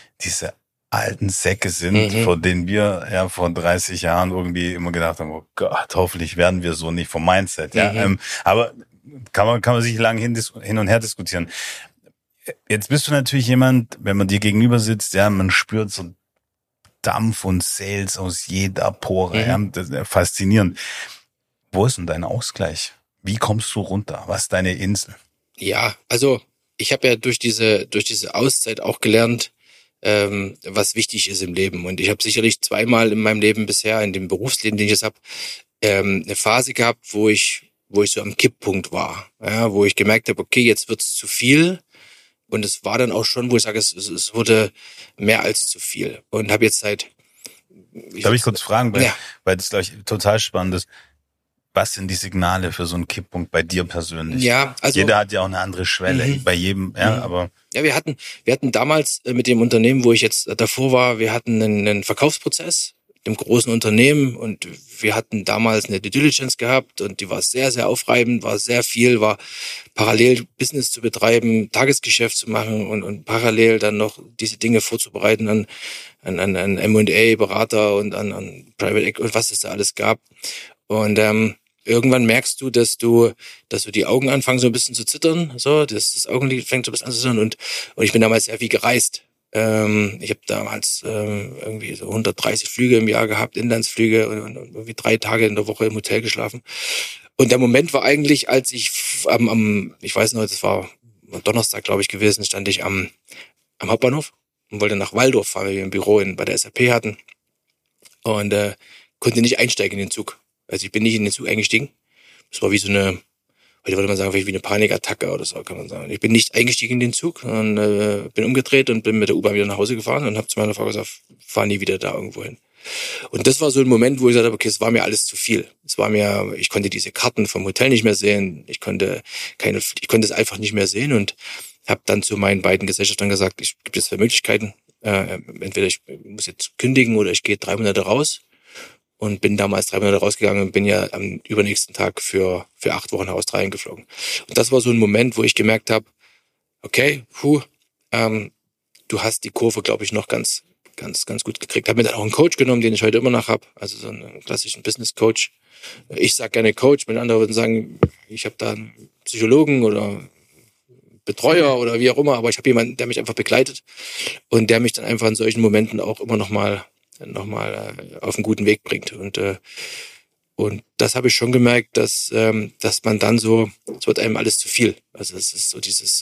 alten Säcke sind, vor denen wir ja vor 30 Jahren irgendwie immer gedacht haben, oh Gott, hoffentlich werden wir so nicht vom Mindset, ja. Aber kann man sich lang hin und her diskutieren. Jetzt bist du natürlich jemand, wenn man dir gegenüber sitzt, ja, man spürt so Dampf und Sales aus jeder Pore, ja, das ist faszinierend. Wo ist denn dein Ausgleich? Wie kommst du runter? Was ist deine Insel? Ja, also ich habe ja durch diese Auszeit auch gelernt, was wichtig ist im Leben. Und ich habe sicherlich zweimal in meinem Leben bisher, in dem Berufsleben, den ich jetzt habe, eine Phase gehabt, wo ich so am Kipppunkt war, ja, wo ich gemerkt habe, okay, jetzt wird's zu viel. Und es war dann auch schon, wo ich sage, es wurde mehr als zu viel. Und habe jetzt seit... Darf ich kurz fragen, weil das, glaube ich, total spannend ist. Was sind die Signale für so einen Kipppunkt bei dir persönlich? Ja, also jeder hat ja auch eine andere Schwelle bei jedem, ja, aber... Ja, wir hatten damals mit dem Unternehmen, wo ich jetzt davor war, wir hatten einen Verkaufsprozess, dem großen Unternehmen, und wir hatten damals eine Due Diligence gehabt und die war sehr, sehr aufreibend, war sehr viel, war parallel Business zu betreiben, Tagesgeschäft zu machen und parallel dann noch diese Dinge vorzubereiten an M&A Berater und Private Equity und was es da alles gab. Und irgendwann merkst du, dass du die Augen anfangen so ein bisschen zu zittern, so, das Augenlid fängt so ein bisschen an zu zittern und ich bin damals sehr viel gereist. Ich habe damals irgendwie so 130 Flüge im Jahr gehabt, Inlandsflüge und irgendwie 3 Tage in der Woche im Hotel geschlafen. Und der Moment war eigentlich, als ich ich weiß noch, das war Donnerstag, glaube ich, gewesen, stand ich am Hauptbahnhof und wollte nach Walldorf fahren, weil wir ein Büro bei der SAP hatten und konnte nicht einsteigen in den Zug. Also ich bin nicht in den Zug eingestiegen. Das war wie so eine, heute würde man sagen, vielleicht wie eine Panikattacke oder so, kann man sagen. Ich bin nicht eingestiegen in den Zug und bin umgedreht und bin mit der U-Bahn wieder nach Hause gefahren und habe zu meiner Frau gesagt, fahr nie wieder da irgendwo hin. Und das war so ein Moment, wo ich gesagt habe, okay, es war mir alles zu viel. Ich konnte diese Karten vom Hotel nicht mehr sehen. Ich konnte es einfach nicht mehr sehen und habe dann zu meinen beiden Gesellschaftern gesagt, es gibt jetzt 2 Möglichkeiten. Entweder ich muss jetzt kündigen oder ich gehe 3 Monate raus. Und bin damals 3 Monate rausgegangen und bin ja am übernächsten Tag für 8 Wochen nach Australien geflogen. Und das war so ein Moment, wo ich gemerkt habe, okay, du hast die Kurve, glaube ich, noch ganz, ganz, ganz gut gekriegt. Habe mir dann auch einen Coach genommen, den ich heute immer noch habe, also so einen klassischen Business Coach. Ich sage gerne Coach, mit anderen würden sagen, ich habe da einen Psychologen oder Betreuer oder wie auch immer, aber ich habe jemanden, der mich einfach begleitet und der mich dann einfach in solchen Momenten auch immer nochmal auf einen guten Weg bringt. Und das habe ich schon gemerkt, dass man dann so, es wird einem alles zu viel. Also es ist so dieses,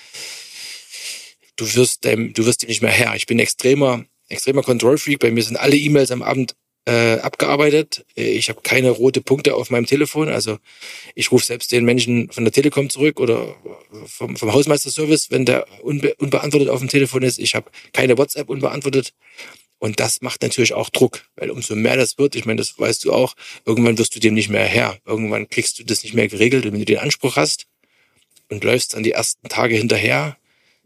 du wirst dem nicht mehr Herr. Ich bin extremer Control-Freak. Bei mir sind alle E-Mails am Abend abgearbeitet. Ich habe keine rote Punkte auf meinem Telefon. Also ich rufe selbst den Menschen von der Telekom zurück oder vom Hausmeisterservice, wenn der unbeantwortet auf dem Telefon ist. Ich habe keine WhatsApp unbeantwortet. Und das macht natürlich auch Druck, weil umso mehr das wird, ich meine, das weißt du auch, irgendwann wirst du dem nicht mehr Herr. Irgendwann kriegst du das nicht mehr geregelt. Und wenn du den Anspruch hast und läufst dann die ersten Tage hinterher,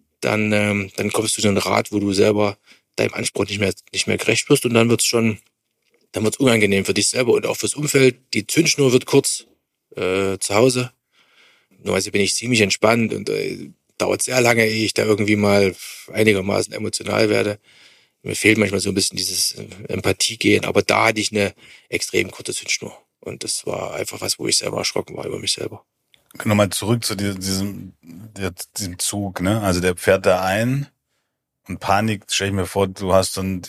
dann kommst du in einen Rat, wo du selber deinem Anspruch nicht mehr gerecht wirst und dann wird's unangenehm für dich selber und auch fürs Umfeld. Die Zündschnur wird kurz zu Hause. Normalerweise bin ich ziemlich entspannt und dauert sehr lange, ehe ich da irgendwie mal einigermaßen emotional werde. Mir fehlt manchmal so ein bisschen dieses Empathie-Gehen, aber da hatte ich eine extrem kurze Zündschnur. Und das war einfach was, wo ich selber erschrocken war über mich selber. Nochmal zurück zu diesem Zug, ne? Also der fährt da ein und Panik, stell ich mir vor, du hast dann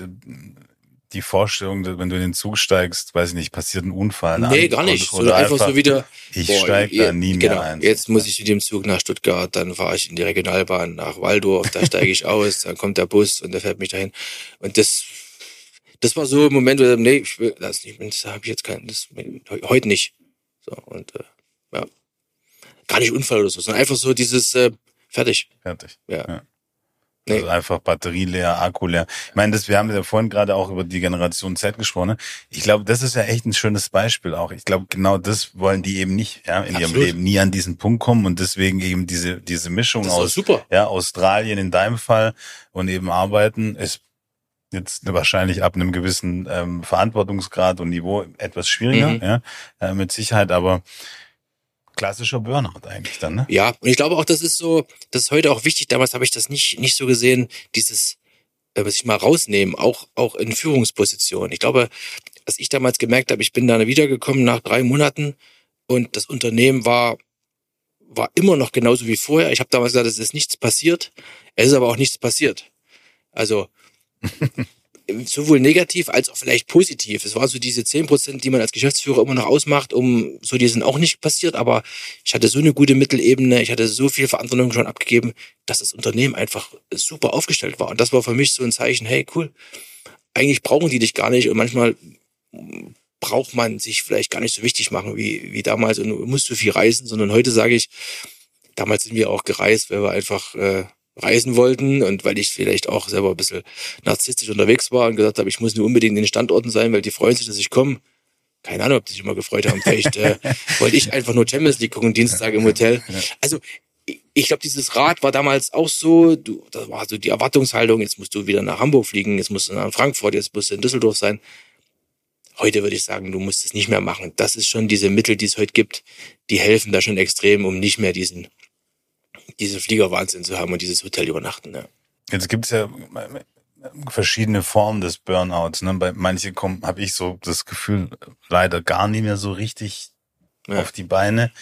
die Vorstellung, dass wenn du in den Zug steigst, weiß ich nicht, passiert ein Unfall. Nee, gar nicht. Sondern einfach so wieder, ich steige da nie mehr ein. Jetzt muss ich mit dem Zug nach Stuttgart, dann fahre ich in die Regionalbahn nach Waldorf, da steige ich aus, dann kommt der Bus und der fährt mich dahin. Und das war so ein Moment, wo ich dachte, nee, ich will das nicht, das habe ich jetzt heute nicht. So, und ja. Gar nicht Unfall oder so, sondern einfach so dieses fertig. Ja. Nee. Also einfach Batterie leer, Akku leer. Ich meine, wir haben ja vorhin gerade auch über die Generation Z gesprochen. Ne? Ich glaube, das ist ja echt ein schönes Beispiel auch. Ich glaube, genau das wollen die eben nicht, ja, in ihrem Leben nie an diesen Punkt kommen und deswegen eben diese Mischung aus super. Ja, Australien in deinem Fall und eben arbeiten ist jetzt wahrscheinlich ab einem gewissen Verantwortungsgrad und Niveau etwas schwieriger, ja, mit Sicherheit, aber klassischer Burnout eigentlich dann, ne? Ja, und ich glaube auch, das ist heute auch wichtig. Damals habe ich das nicht so gesehen, dieses, was ich mal rausnehmen, auch in Führungspositionen. Ich glaube, was ich damals gemerkt habe, ich bin da wiedergekommen nach 3 Monaten und das Unternehmen war immer noch genauso wie vorher. Ich habe damals gesagt, es ist nichts passiert. Es ist aber auch nichts passiert. Also sowohl negativ als auch vielleicht positiv. Es war so diese 10%, die man als Geschäftsführer immer noch ausmacht, die sind auch nicht passiert, aber ich hatte so eine gute Mittelebene, ich hatte so viel Verantwortung schon abgegeben, dass das Unternehmen einfach super aufgestellt war. Und das war für mich so ein Zeichen, hey, cool, eigentlich brauchen die dich gar nicht und manchmal braucht man sich vielleicht gar nicht so wichtig machen wie damals und du musst so viel reisen, sondern heute sage ich, damals sind wir auch gereist, weil wir einfach reisen wollten und weil ich vielleicht auch selber ein bisschen narzisstisch unterwegs war und gesagt habe, ich muss nur unbedingt in den Standorten sein, weil die freuen sich, dass ich komme. Keine Ahnung, ob die sich immer gefreut haben. Vielleicht wollte ich einfach nur Champions League gucken, Dienstag im Hotel. Also ich glaube, dieses Rad war damals auch so, das war so die Erwartungshaltung, jetzt musst du wieder nach Hamburg fliegen, jetzt musst du nach Frankfurt, jetzt musst du in Düsseldorf sein. Heute würde ich sagen, du musst es nicht mehr machen. Das ist schon diese Mittel, die es heute gibt, die helfen da schon extrem, um nicht mehr diesen Fliegerwahnsinn zu haben und dieses Hotel übernachten. Ja. Jetzt gibt es ja verschiedene Formen des Burnouts. Ne? Bei manche habe ich so das Gefühl, leider gar nicht mehr so richtig auf die Beine.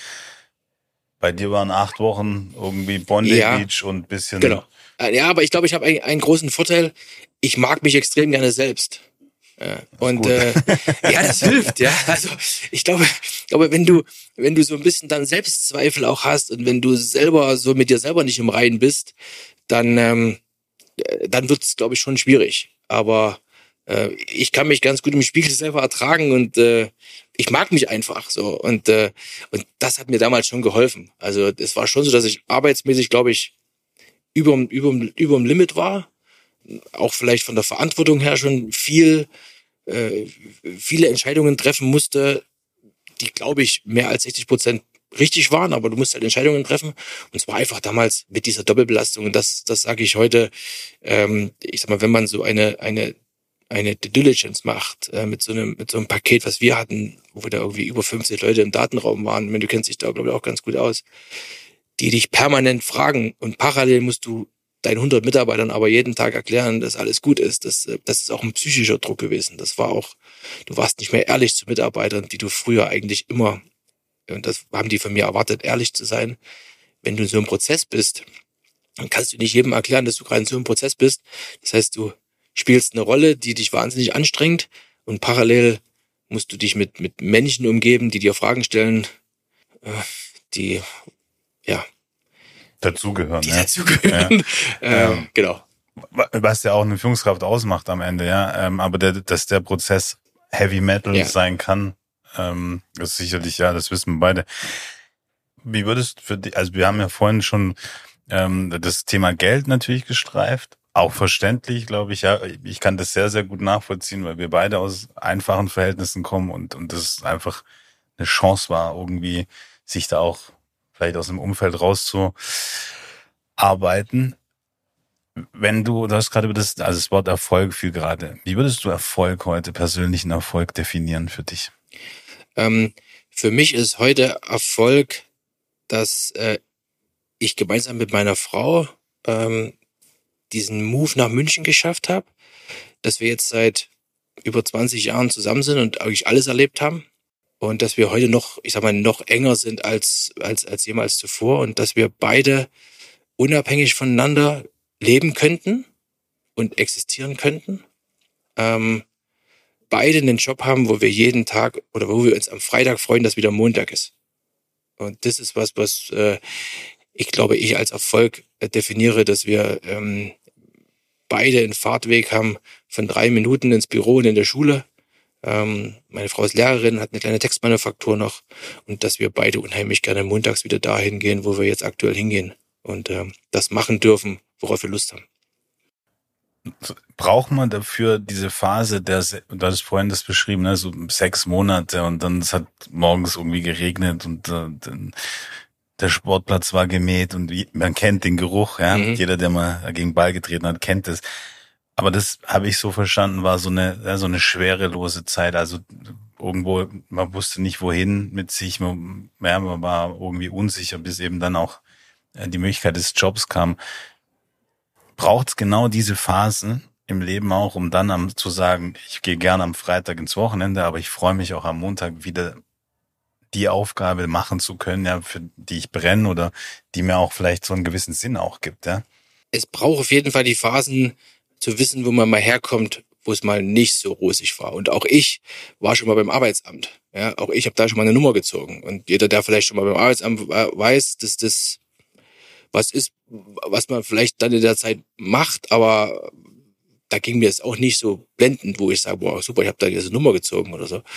Bei dir waren 8 Wochen irgendwie Bondi Beach und ein bisschen... Genau. Ja, aber ich glaube, ich habe einen großen Vorteil. Ich mag mich extrem gerne selbst. Und ja, das hilft, ja. Also ich glaube, wenn du so ein bisschen dann Selbstzweifel auch hast und wenn du selber so mit dir selber nicht im Reinen bist, dann wird's, glaube ich, schon schwierig. Aber ich kann mich ganz gut im Spiegel selber ertragen und ich mag mich einfach so. Und das hat mir damals schon geholfen. Also es war schon so, dass ich arbeitsmäßig, glaube ich, überm Limit war. Auch vielleicht von der Verantwortung her schon viele Entscheidungen treffen musste, die, glaube ich, mehr als 60% richtig waren, aber du musst halt Entscheidungen treffen. Und zwar einfach damals mit dieser Doppelbelastung. Und das sage ich heute, ich sag mal, wenn man so eine Due Diligence macht, mit so einem Paket, was wir hatten, wo wir da irgendwie über 50 Leute im Datenraum waren, du kennst dich da, glaube ich, auch ganz gut aus, die dich permanent fragen und parallel musst du deinen 100 Mitarbeitern aber jeden Tag erklären, dass alles gut ist. Das ist auch ein psychischer Druck gewesen. Das war auch, du warst nicht mehr ehrlich zu Mitarbeitern, die du früher eigentlich immer, und das haben die von mir erwartet, ehrlich zu sein. wenn du in so einem Prozess bist, dann kannst du nicht jedem erklären, dass du gerade in so einem Prozess bist. Das heißt, du spielst eine Rolle, die dich wahnsinnig anstrengt und parallel musst du dich mit Menschen umgeben, die dir Fragen stellen, die dazugehören. dazugehören. Ja. Genau. Was ja auch eine Führungskraft ausmacht am Ende, ja. Aber dass der Prozess Heavy Metal sein kann, ist sicherlich, das wissen wir beide. Wie würdest du für dich, also wir haben ja vorhin schon das Thema Geld natürlich gestreift. Auch verständlich, glaube ich, ja. Ich kann das sehr, sehr gut nachvollziehen, weil wir beide aus einfachen Verhältnissen kommen und das einfach eine Chance war, irgendwie sich da auch vielleicht aus dem Umfeld rauszuarbeiten. Wenn du hast gerade über das Wort Erfolg fiel gerade. Wie würdest du Erfolg heute, persönlichen Erfolg definieren für dich? Für mich ist heute Erfolg, dass ich gemeinsam mit meiner Frau diesen Move nach München geschafft habe, dass wir jetzt seit über 20 Jahren zusammen sind und eigentlich alles erlebt haben und dass wir heute noch, ich sag mal, noch enger sind als jemals zuvor und dass wir beide unabhängig voneinander leben könnten und existieren könnten. Beide einen Job haben, wo wir jeden Tag oder wo wir uns am Freitag freuen, dass wieder Montag ist. Und das ist was ich glaube, ich als Erfolg definiere, dass wir beide einen Fahrtweg haben von 3 Minuten ins Büro und in der Schule. Meine Frau ist Lehrerin, hat eine kleine Textmanufaktur noch und dass wir beide unheimlich gerne montags wieder dahin gehen, wo wir jetzt aktuell hingehen und das machen dürfen, worauf wir Lust haben. Braucht man dafür diese Phase, du hattest vorhin das beschrieben, ne, so 6 Monate und dann es hat morgens irgendwie geregnet und der Sportplatz war gemäht und man kennt den Geruch, ja. Jeder, der mal gegen Ball getreten hat, kennt es. Aber das habe ich so verstanden, war so eine schwerelose Zeit. Also irgendwo, man wusste nicht wohin mit sich, man war irgendwie unsicher, bis eben dann auch die Möglichkeit des Jobs kam. Braucht es genau diese Phasen im Leben auch, um dann zu sagen, ich gehe gerne am Freitag ins Wochenende, aber ich freue mich auch am Montag wieder die Aufgabe machen zu können, ja, für die ich brenne oder die mir auch vielleicht so einen gewissen Sinn auch gibt, ja. Es braucht auf jeden Fall die Phasen, zu wissen, wo man mal herkommt, wo es mal nicht so rosig war. Und auch ich war schon mal beim Arbeitsamt. Ja, auch ich habe da schon mal eine Nummer gezogen. Und jeder, der vielleicht schon mal beim Arbeitsamt weiß, dass das was ist, was man vielleicht dann in der Zeit macht, aber da ging mir es auch nicht so blendend, wo ich sage, boah, super, ich habe da diese Nummer gezogen oder so.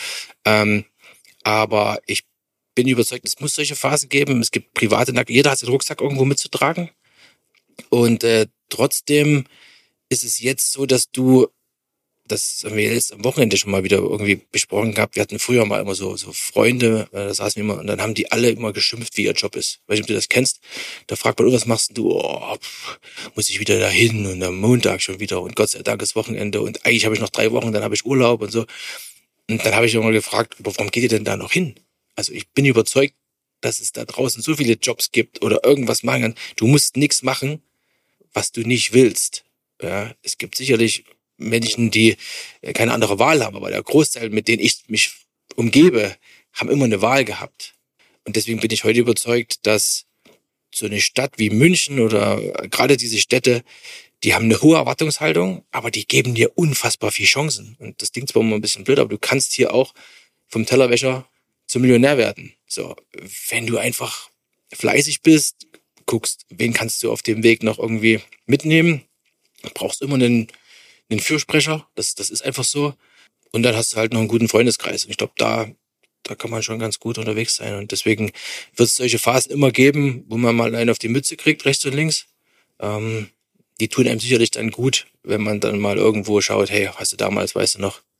Aber ich bin überzeugt, es muss solche Phasen geben. Es gibt private Nacken. Jeder hat seinen Rucksack irgendwo mitzutragen. Und trotzdem ist es jetzt so, dass das haben wir jetzt am Wochenende schon mal wieder irgendwie besprochen gehabt. Wir hatten früher mal immer so Freunde, da saßen wir immer und dann haben die alle immer geschimpft, wie ihr Job ist. Weiß nicht, ob du das kennst. Da fragt man, was machst du? Muss ich wieder dahin und am Montag schon wieder und Gott sei Dank ist Wochenende und eigentlich habe ich noch 3 Wochen, dann habe ich Urlaub und so. Und dann habe ich immer gefragt, warum geht ihr denn da noch hin? Also ich bin überzeugt, dass es da draußen so viele Jobs gibt oder irgendwas machen kann. Du musst nichts machen, was du nicht willst. Ja, es gibt sicherlich Menschen, die keine andere Wahl haben, aber der Großteil, mit denen ich mich umgebe, haben immer eine Wahl gehabt. Und deswegen bin ich heute überzeugt, dass so eine Stadt wie München oder gerade diese Städte, die haben eine hohe Erwartungshaltung, aber die geben dir unfassbar viel Chancen. Und das klingt zwar immer ein bisschen blöd, aber du kannst hier auch vom Tellerwäscher zum Millionär werden. So, wenn du einfach fleißig bist, guckst, wen kannst du auf dem Weg noch irgendwie mitnehmen, brauchst immer einen Fürsprecher, das ist einfach so. Und dann hast du halt noch einen guten Freundeskreis. Und ich glaube, da kann man schon ganz gut unterwegs sein. Und deswegen wird es solche Phasen immer geben, wo man mal einen auf die Mütze kriegt, rechts und links. Die tun einem sicherlich dann gut, wenn man dann mal irgendwo schaut, hey, hast du damals, weißt du noch,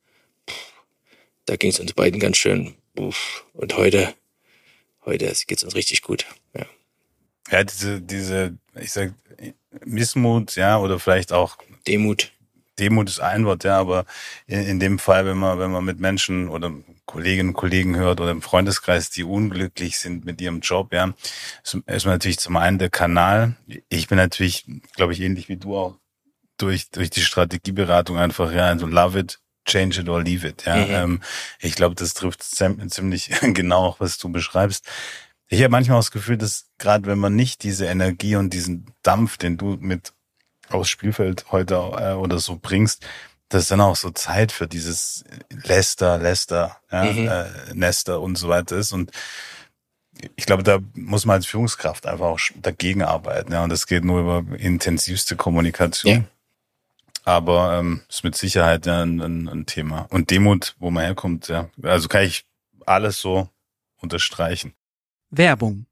da ging es uns beiden ganz schön. Und heute geht's uns richtig gut. Ja. Ja, diese, ich sag, Missmut, ja, oder vielleicht auch Demut. Demut ist ein Wort, ja, aber in dem Fall, wenn man mit Menschen oder Kolleginnen und Kollegen hört oder im Freundeskreis, die unglücklich sind mit ihrem Job, ja, ist man natürlich zum einen der Kanal. Ich bin natürlich, glaube ich, ähnlich wie du auch durch die Strategieberatung einfach, ja, also love it, change it or leave it, ja. Ich glaube, das trifft ziemlich genau auch, was du beschreibst. Ich habe manchmal auch das Gefühl, dass gerade wenn man nicht diese Energie und diesen Dampf, den du mit aufs Spielfeld heute oder so bringst, dass dann auch so Zeit für dieses Läster, Nester und so weiter ist. Und ich glaube, da muss man als Führungskraft einfach auch dagegen arbeiten. Ja, und das geht nur über intensivste Kommunikation. Ja. Aber ist mit Sicherheit ja ein Thema. Und Demut, wo man herkommt, ja. Also kann ich alles so unterstreichen. Werbung.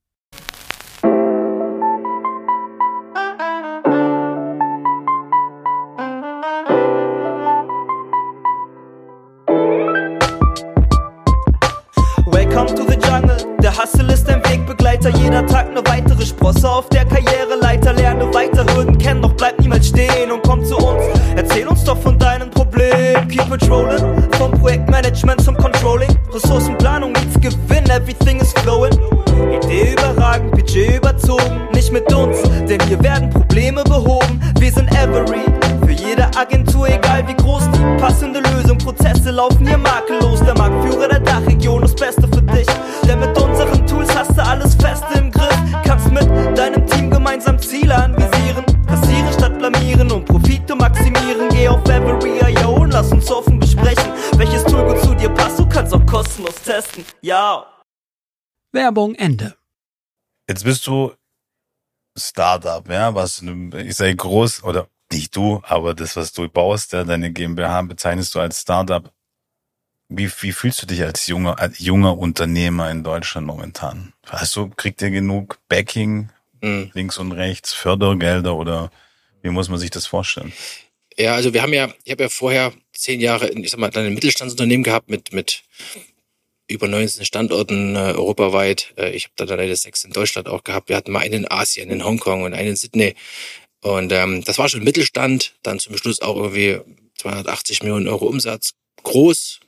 Welcome to the jungle. Der Hustle ist ein Wegbegleiter. Jeder Tag eine weitere Sprosse auf der Karriereleiter. Lerne weiter, Hürden kennen, doch bleib niemals stehen und komm zu uns. Erzähl uns doch von deinen Problemen. Keep it rolling. Vom Projektmanagement zum Controlling. Ressourcenplanung meets Gewinn. Everything is flowing. Idee überragend, Budget überzogen. Nicht mit uns, denn hier werden Probleme behoben. Wir sind Every. Für jede Agentur, egal wie groß, die passende Lösung. Prozesse laufen hier makellos. Der Marktführer der Dachregion, das Beste für dich. Denn mit unseren Tools hast du alles fest im Griff. Kannst mit deinem Team gemeinsam Ziele anvisieren. Kassieren statt blamieren und Profite maximieren. Geh auf Every.io und lass uns offen besprechen, welches Tool gut zu dir passt. Du kannst auch kostenlos testen. Ja. Werbung Ende. Jetzt bist du Startup, ja, was, ich sage groß, oder nicht du, aber das, was du baust, ja, deine GmbH bezeichnest du als Startup. Wie fühlst du dich als junger Unternehmer in Deutschland momentan? Kriegt ihr genug Backing, links und rechts, Fördergelder oder wie muss man sich das vorstellen? Ja, also ich habe ja vorher 10 Jahre, ich sag mal, ein Mittelstandsunternehmen gehabt mit über 19 Standorten europaweit. Ich habe da leider 6 in Deutschland auch gehabt. Wir hatten mal einen in Asien, in Hongkong und einen in Sydney. Und das war schon Mittelstand. Dann zum Schluss auch irgendwie 280 Millionen Euro Umsatz. Groß.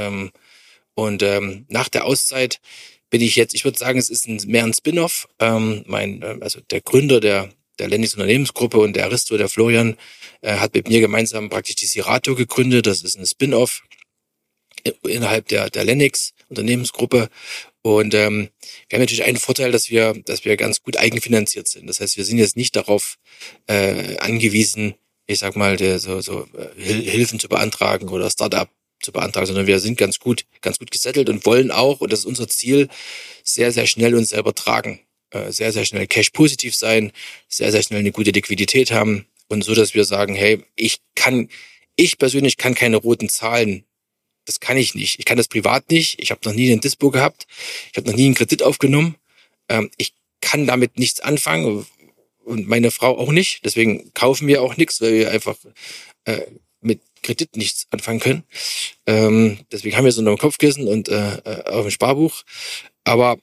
Nach der Auszeit bin ich jetzt, ich würde sagen, es ist mehr ein Spin-off. Also der Gründer der Lendix Unternehmensgruppe und der Aristo, der Florian, hat mit mir gemeinsam praktisch die Serato gegründet. Das ist ein Spin-off innerhalb der Lendix Unternehmensgruppe. Und wir haben natürlich einen Vorteil, dass wir ganz gut eigenfinanziert sind. Das heißt, wir sind jetzt nicht darauf angewiesen, ich sag mal, Hilfen zu beantragen oder Startup zu beantragen, sondern wir sind ganz gut gesettelt und wollen auch, und das ist unser Ziel, sehr, sehr schnell uns selber tragen. Sehr, sehr schnell cash-positiv sein, sehr, sehr schnell eine gute Liquidität haben und so, dass wir sagen, hey, ich persönlich kann keine roten Zahlen. Das kann ich nicht. Ich kann das privat nicht. Ich habe noch nie einen Dispo gehabt. Ich habe noch nie einen Kredit aufgenommen. Ich kann damit nichts anfangen und meine Frau auch nicht. Deswegen kaufen wir auch nichts, weil wir einfach mit Kredit nichts anfangen können. Deswegen haben wir so ein Kopfkissen und auf dem Sparbuch. Aber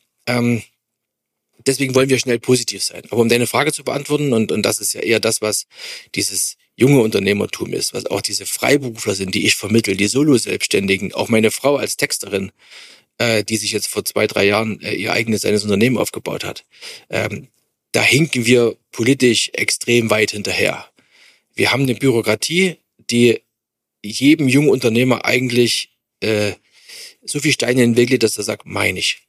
deswegen wollen wir schnell positiv sein. Aber um deine Frage zu beantworten, und das ist ja eher das, was dieses junge Unternehmertum ist, was auch diese Freiberufler sind, die ich vermittle, die Solo-Selbstständigen, auch meine Frau als Texterin, die sich jetzt vor 2-3 Jahren ihr eigenes Unternehmen aufgebaut hat. Da hinken wir politisch extrem weit hinterher. Wir haben eine Bürokratie, die jedem jungen Unternehmer eigentlich so viel Steine in den Weg legt, dass er sagt, meine ich.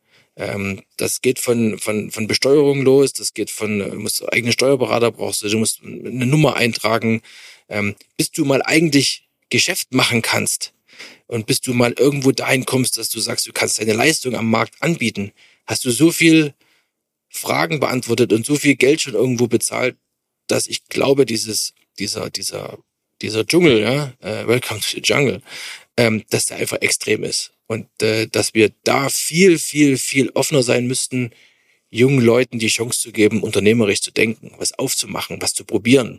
Das geht von Besteuerung los, das geht du musst eigene Steuerberater brauchst du musst eine Nummer eintragen, bis du mal eigentlich Geschäft machen kannst und bis du mal irgendwo dahin kommst, dass du sagst, du kannst deine Leistung am Markt anbieten, hast du so viel Fragen beantwortet und so viel Geld schon irgendwo bezahlt, dass ich glaube, dieser Dschungel, ja, Welcome to the Jungle, dass der einfach extrem ist. Und dass wir da viel, viel, viel offener sein müssten, jungen Leuten die Chance zu geben, unternehmerisch zu denken, was aufzumachen, was zu probieren.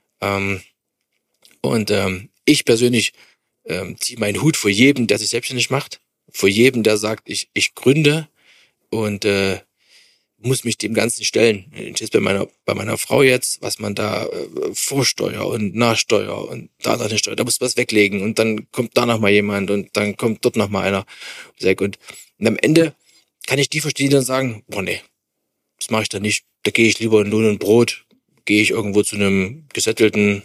Ich persönlich ziehe meinen Hut vor jedem, der sich selbstständig macht, vor jedem, der sagt, ich gründe und muss mich dem Ganzen stellen. Jetzt bei meiner Frau jetzt, was man da Vorsteuer und Nachsteuer und da noch eine Steuer, da muss was weglegen und dann kommt da noch mal jemand und dann kommt dort noch mal einer. Und am Ende kann ich die verstehen, die dann sagen, boah nee, das mache ich da nicht. Da gehe ich lieber in Lohn und Brot, gehe ich irgendwo zu einem gesettelten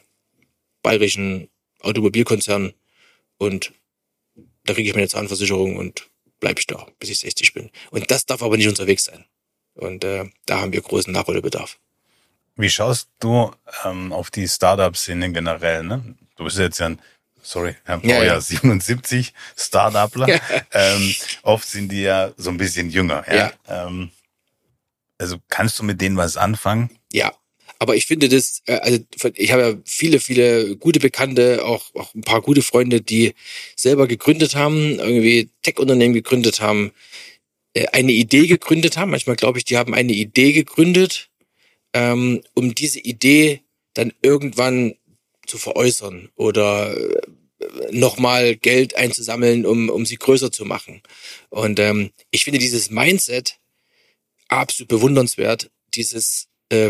bayerischen Automobilkonzern und da kriege ich meine Zahnversicherung und bleibe ich da, bis ich 60 bin. Und das darf aber nicht unterwegs sein. Und da haben wir großen Nachholbedarf. Wie schaust du auf die Startup-Szene generell? Ne? Du bist jetzt ja Herr Breuer, 77, Startupler. Ja. Oft sind die ja so ein bisschen jünger. Ja. Also kannst du mit denen was anfangen? Ja. Aber ich finde das, ich habe ja viele gute Bekannte, auch ein paar gute Freunde, die selber gegründet haben, irgendwie Tech-Unternehmen gegründet haben, eine Idee gegründet haben. Manchmal glaube ich, die haben eine Idee gegründet, um diese Idee dann irgendwann zu veräußern oder nochmal Geld einzusammeln, um sie größer zu machen. Und ich finde dieses Mindset absolut bewundernswert, dieses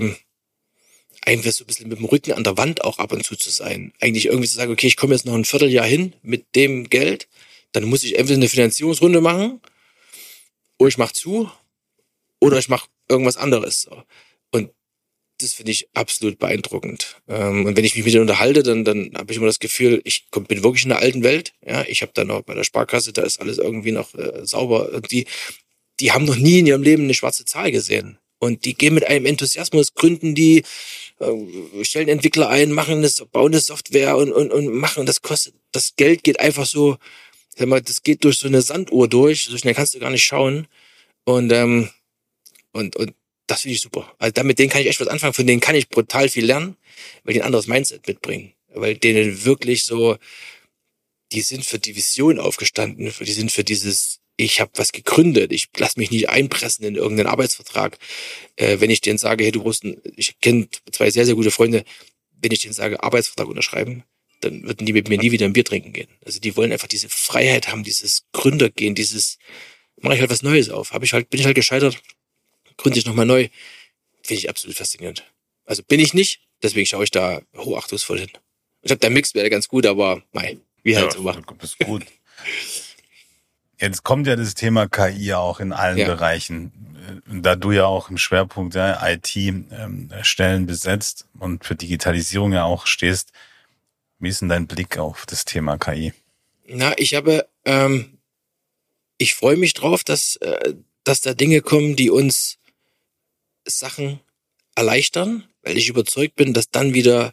einfach so ein bisschen mit dem Rücken an der Wand auch ab und zu sein. Eigentlich irgendwie zu sagen, okay, ich komme jetzt noch ein Vierteljahr hin mit dem Geld, dann muss ich entweder eine Finanzierungsrunde machen, oder ich mache zu, oder ich mache irgendwas anderes. Und das finde ich absolut beeindruckend. Und wenn ich mich mit denen unterhalte, dann habe ich immer das Gefühl, ich bin wirklich in der alten Welt. Ja, ich habe dann auch bei der Sparkasse, da ist alles irgendwie noch sauber. Und die haben noch nie in ihrem Leben eine schwarze Zahl gesehen. Und die gehen mit einem Enthusiasmus, gründen die, stellen Entwickler ein, bauen eine Software und machen, das Geld geht einfach so, sag mal, das geht durch so eine Sanduhr durch, so schnell kannst du gar nicht schauen. Und das finde ich super. Also mit denen kann ich echt was anfangen, von denen kann ich brutal viel lernen, weil die ein anderes Mindset mitbringen. Weil denen wirklich so, die sind für die Vision aufgestanden, die sind für dieses, ich habe was gegründet, ich lasse mich nicht einpressen in irgendeinen Arbeitsvertrag. Wenn ich denen sage, hey, ich kenne 2 sehr, sehr gute Freunde, wenn ich denen sage, Arbeitsvertrag unterschreiben, dann würden die mit mir nie wieder ein Bier trinken gehen. Also die wollen einfach diese Freiheit haben, dieses Gründergehen, mache ich halt was Neues auf. Bin ich halt gescheitert, gründe ich nochmal neu. Finde ich absolut faszinierend. Also bin ich nicht, deswegen schaue ich da hochachtungsvoll hin. Ich glaube, der Mix wäre ganz gut, aber wie halt so machen. Das ist gut. Jetzt kommt ja das Thema KI auch in allen Bereichen. Da du ja auch im Schwerpunkt IT-Stellen besetzt und für Digitalisierung ja auch stehst, wie ist denn dein Blick auf das Thema KI? Ich freue mich drauf, dass da Dinge kommen, die uns Sachen erleichtern, weil ich überzeugt bin, dass dann wieder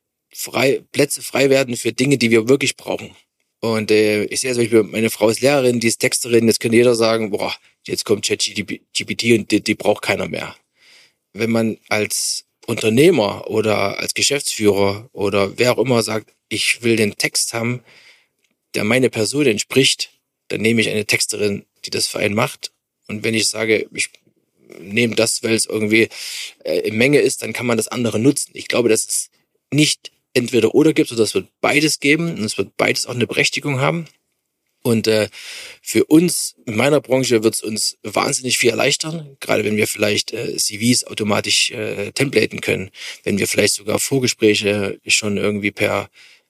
Plätze frei werden für Dinge, die wir wirklich brauchen. Und ich sehe zum Beispiel, meine Frau ist Lehrerin, die ist Texterin, jetzt könnte jeder sagen, boah, jetzt kommt ChatGPT und die braucht keiner mehr. Wenn man als Unternehmer oder als Geschäftsführer oder wer auch immer sagt, ich will den Text haben, der meine Person entspricht, dann nehme ich eine Texterin, die das für einen macht. Und wenn ich sage, ich nehme das, weil es irgendwie in Menge ist, dann kann man das andere nutzen. Ich glaube, dass es nicht entweder oder gibt, sondern es wird beides geben und es wird beides auch eine Berechtigung haben. Und für uns, in meiner Branche, wird es uns wahnsinnig viel erleichtern, gerade wenn wir vielleicht CVs automatisch templaten können, wenn wir vielleicht sogar Vorgespräche schon irgendwie per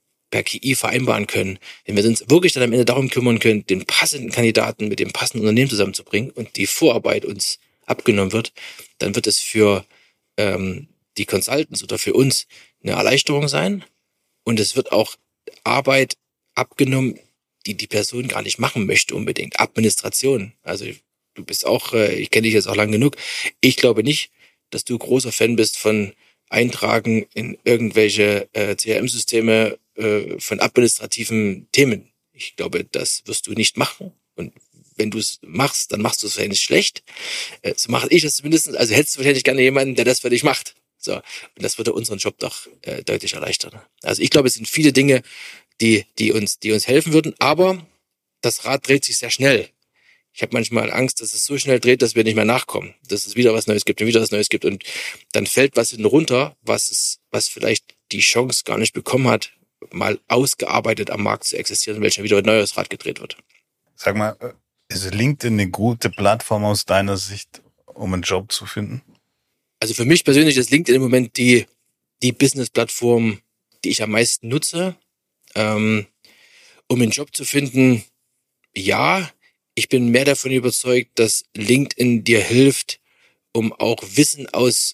KI vereinbaren können, wenn wir uns wirklich dann am Ende darum kümmern können, den passenden Kandidaten mit dem passenden Unternehmen zusammenzubringen und die Vorarbeit uns abgenommen wird, dann wird es für die Consultants oder für uns eine Erleichterung sein und es wird auch Arbeit abgenommen, die Person gar nicht machen möchte unbedingt. Administration. Also du bist auch, ich kenne dich jetzt auch lang genug. Ich glaube nicht, dass du großer Fan bist von Eintragen in irgendwelche CRM-Systeme von administrativen Themen. Ich glaube, das wirst du nicht machen. Und wenn du es machst, dann machst du es wahrscheinlich schlecht. So mache ich das zumindest. Also hättest du wahrscheinlich gerne jemanden, der das für dich macht. So. Und das würde unseren Job doch deutlich erleichtern. Also ich glaube, es sind viele Dinge, die uns helfen würden, aber das Rad dreht sich sehr schnell. Ich habe manchmal Angst, dass es so schnell dreht, dass wir nicht mehr nachkommen, dass es wieder was Neues gibt und wieder was Neues gibt und dann fällt was hinten runter, was vielleicht die Chance gar nicht bekommen hat, mal ausgearbeitet am Markt zu existieren, weil schon wieder ein neues Rad gedreht wird. Sag mal, ist LinkedIn eine gute Plattform aus deiner Sicht, um einen Job zu finden? Also für mich persönlich ist LinkedIn im Moment die Business-Plattform, die ich am meisten nutze. Um einen Job zu finden, ja, ich bin mehr davon überzeugt, dass LinkedIn dir hilft, um auch Wissen aus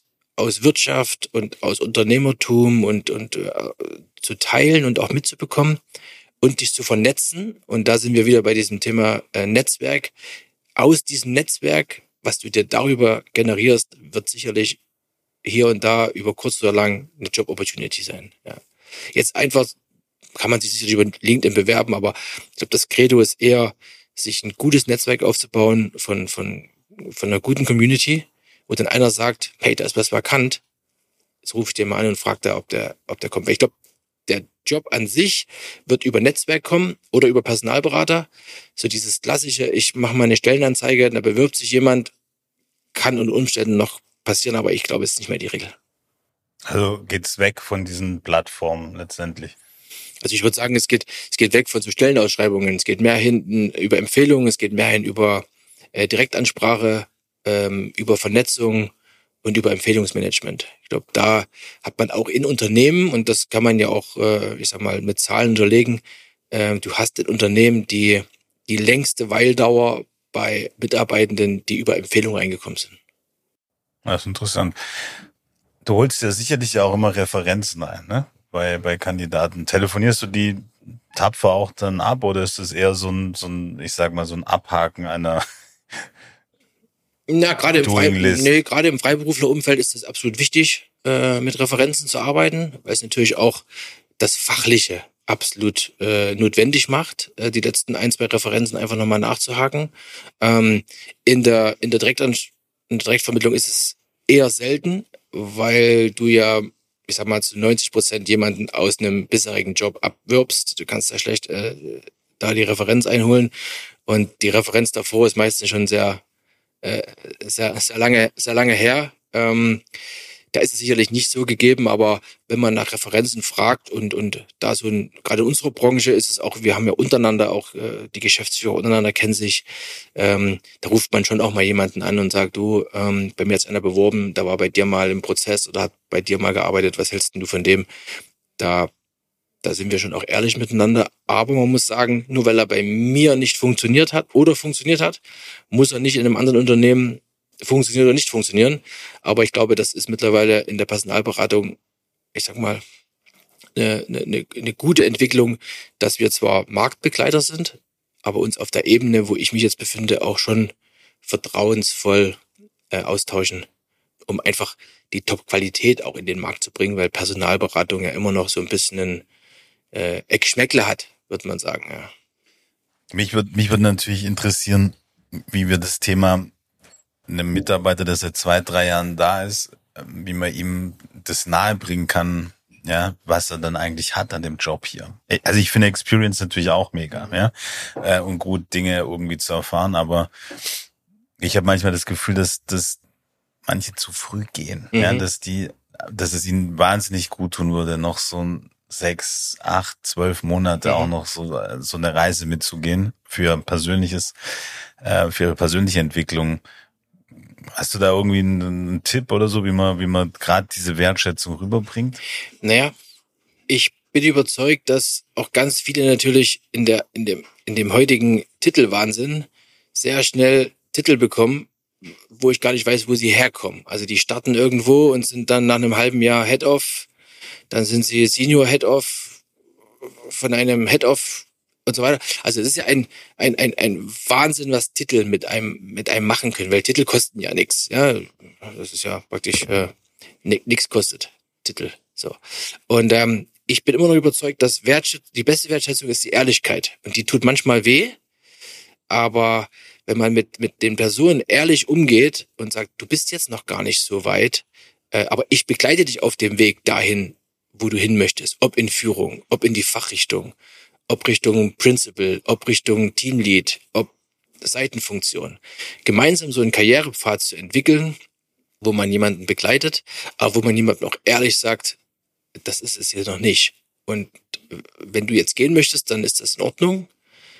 Wirtschaft und aus Unternehmertum und zu teilen und auch mitzubekommen. und dich zu vernetzen. Und da sind wir wieder bei diesem Thema Netzwerk. Aus diesem Netzwerk, was du dir darüber generierst, wird sicherlich hier und da über kurz oder lang eine Job-Opportunity sein. Ja. Jetzt einfach kann man sich sicherlich über LinkedIn bewerben, aber ich glaube, das Credo ist eher, sich ein gutes Netzwerk aufzubauen von einer guten Community, wo dann einer sagt, hey, da ist was vakant, jetzt rufe ich den mal an und frage da, ob der kommt. Weil ich glaube, der Job an sich wird über Netzwerk kommen oder über Personalberater. So dieses klassische, ich mache mal eine Stellenanzeige, da bewirbt sich jemand, kann unter Umständen noch passieren, aber ich glaube, es ist nicht mehr die Regel. Also geht's weg von diesen Plattformen letztendlich? Also ich würde sagen, es geht weg von so Stellenausschreibungen, es geht mehr hinten über Empfehlungen, es geht mehr hin über Direktansprache, über Vernetzung und über Empfehlungsmanagement. Ich glaube, da hat man auch in Unternehmen, und das kann man ja auch, ich sag mal, mit Zahlen unterlegen, du hast in Unternehmen die längste Weildauer bei Mitarbeitenden, die über Empfehlungen reingekommen sind. Das ist interessant. Du holst ja sicherlich auch immer Referenzen ein, ne? Bei Kandidaten. Telefonierst du die tapfer auch dann ab oder ist das eher so ein, ich sag mal, so ein Abhaken einer Na, gerade Doing-List? gerade im Freiberuflerumfeld ist es absolut wichtig, mit Referenzen zu arbeiten, weil es natürlich auch das Fachliche absolut notwendig macht, die letzten 1, 2 Referenzen einfach nochmal nachzuhaken. In der Direktvermittlung ist es eher selten, weil du ja, ich sag mal, zu 90% jemanden aus einem bisherigen Job abwirbst. Du kannst da schlecht da die Referenz einholen. Und die Referenz davor ist meistens schon sehr lange her. Da ist es sicherlich nicht so gegeben, aber wenn man nach Referenzen fragt und da gerade in unserer Branche ist es auch, wir haben ja untereinander auch, die Geschäftsführer untereinander kennen sich, da ruft man schon auch mal jemanden an und sagt, du, bei mir hat einer beworben, da war bei dir mal im Prozess oder hat bei dir mal gearbeitet, was hältst denn du von dem? Da sind wir schon auch ehrlich miteinander, aber man muss sagen, nur weil er bei mir nicht funktioniert hat, muss er nicht in einem anderen Unternehmen funktionieren oder nicht funktionieren. Aber ich glaube, das ist mittlerweile in der Personalberatung, ich sag mal, eine gute Entwicklung, dass wir zwar Marktbegleiter sind, aber uns auf der Ebene, wo ich mich jetzt befinde, auch schon vertrauensvoll austauschen, um einfach die Top-Qualität auch in den Markt zu bringen, weil Personalberatung ja immer noch so ein bisschen ein Eckschmeckle hat, würde man sagen. Ja. Mich würde natürlich interessieren, wie wir das Thema einem Mitarbeiter, der seit 2, 3 Jahren da ist, wie man ihm das nahebringen kann, ja, was er dann eigentlich hat an dem Job hier. Also ich finde Experience natürlich auch mega, ja, und gut, Dinge irgendwie zu erfahren, aber ich habe manchmal das Gefühl, dass manche zu früh gehen, ja, dass es ihnen wahnsinnig gut tun würde, noch so 6, 8, 12 Monate auch noch so eine Reise mitzugehen für ihre persönliche Entwicklung. Hast du da irgendwie einen Tipp oder so, wie man gerade diese Wertschätzung rüberbringt? Naja, ich bin überzeugt, dass auch ganz viele natürlich in dem heutigen Titelwahnsinn sehr schnell Titel bekommen, wo ich gar nicht weiß, wo sie herkommen. Also die starten irgendwo und sind dann nach einem halben Jahr Head-Off, dann sind sie Senior Head-Off von einem Head-Off und so weiter. Also das ist ja ein Wahnsinn, was Titel mit einem machen können, weil Titel kosten ja nichts. Ja, das ist ja praktisch nichts kostet Titel. So. Und ich bin immer noch überzeugt, dass die beste Wertschätzung ist die Ehrlichkeit. Und die tut manchmal weh, aber wenn man mit den Personen ehrlich umgeht und sagt, du bist jetzt noch gar nicht so weit, aber ich begleite dich auf dem Weg dahin, wo du hin möchtest, ob in Führung, ob in die Fachrichtung, ob Richtung Principal, ob Richtung Teamlead, ob Seitenfunktion. Gemeinsam so einen Karrierepfad zu entwickeln, wo man jemanden begleitet, aber wo man jemandem auch ehrlich sagt, das ist es hier noch nicht. Und wenn du jetzt gehen möchtest, dann ist das in Ordnung.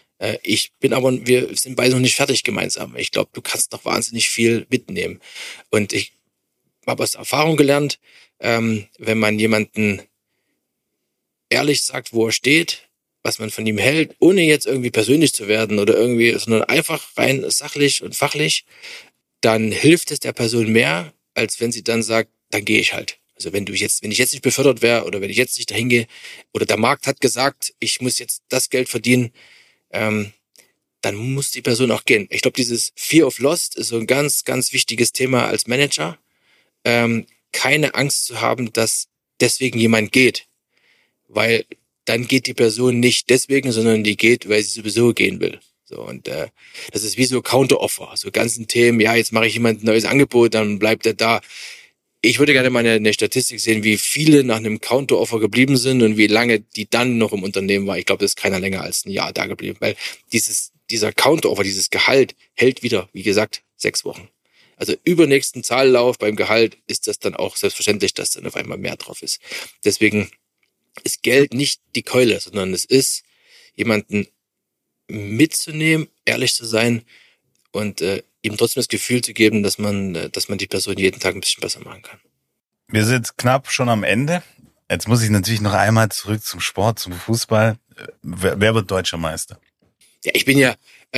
Wir sind beide noch nicht fertig gemeinsam. Ich glaube, du kannst noch wahnsinnig viel mitnehmen. Und ich habe aus Erfahrung gelernt, wenn man jemanden ehrlich sagt, wo er steht, was man von ihm hält, ohne jetzt irgendwie persönlich zu werden oder irgendwie, sondern einfach rein sachlich und fachlich, dann hilft es der Person mehr, als wenn sie dann sagt, dann gehe ich halt. Also wenn ich jetzt nicht befördert wäre oder wenn ich jetzt nicht dahin gehe oder der Markt hat gesagt, ich muss jetzt das Geld verdienen, dann muss die Person auch gehen. Ich glaube, dieses Fear of Lost ist so ein ganz, ganz wichtiges Thema als Manager. Keine Angst zu haben, dass deswegen jemand geht. Weil dann geht die Person nicht deswegen, sondern die geht, weil sie sowieso gehen will. So, und das ist wie so Counteroffer. So ganzen Themen, ja, jetzt mache ich jemand ein neues Angebot, dann bleibt er da. Ich würde gerne mal eine Statistik sehen, wie viele nach einem Counteroffer geblieben sind und wie lange die dann noch im Unternehmen war. Ich glaube, das ist keiner länger als ein Jahr da geblieben, weil dieser Counteroffer, dieses Gehalt hält wieder, wie gesagt, 6 Wochen. Also übernächsten Zahllauf beim Gehalt ist das dann auch selbstverständlich, dass dann auf einmal mehr drauf ist. Deswegen ist Geld nicht die Keule, sondern es ist, jemanden mitzunehmen, ehrlich zu sein und ihm trotzdem das Gefühl zu geben, dass man die Person jeden Tag ein bisschen besser machen kann. Wir sind jetzt knapp schon am Ende. Jetzt muss ich natürlich noch einmal zurück zum Sport, zum Fußball. Wer wird deutscher Meister? Ja, ich bin ja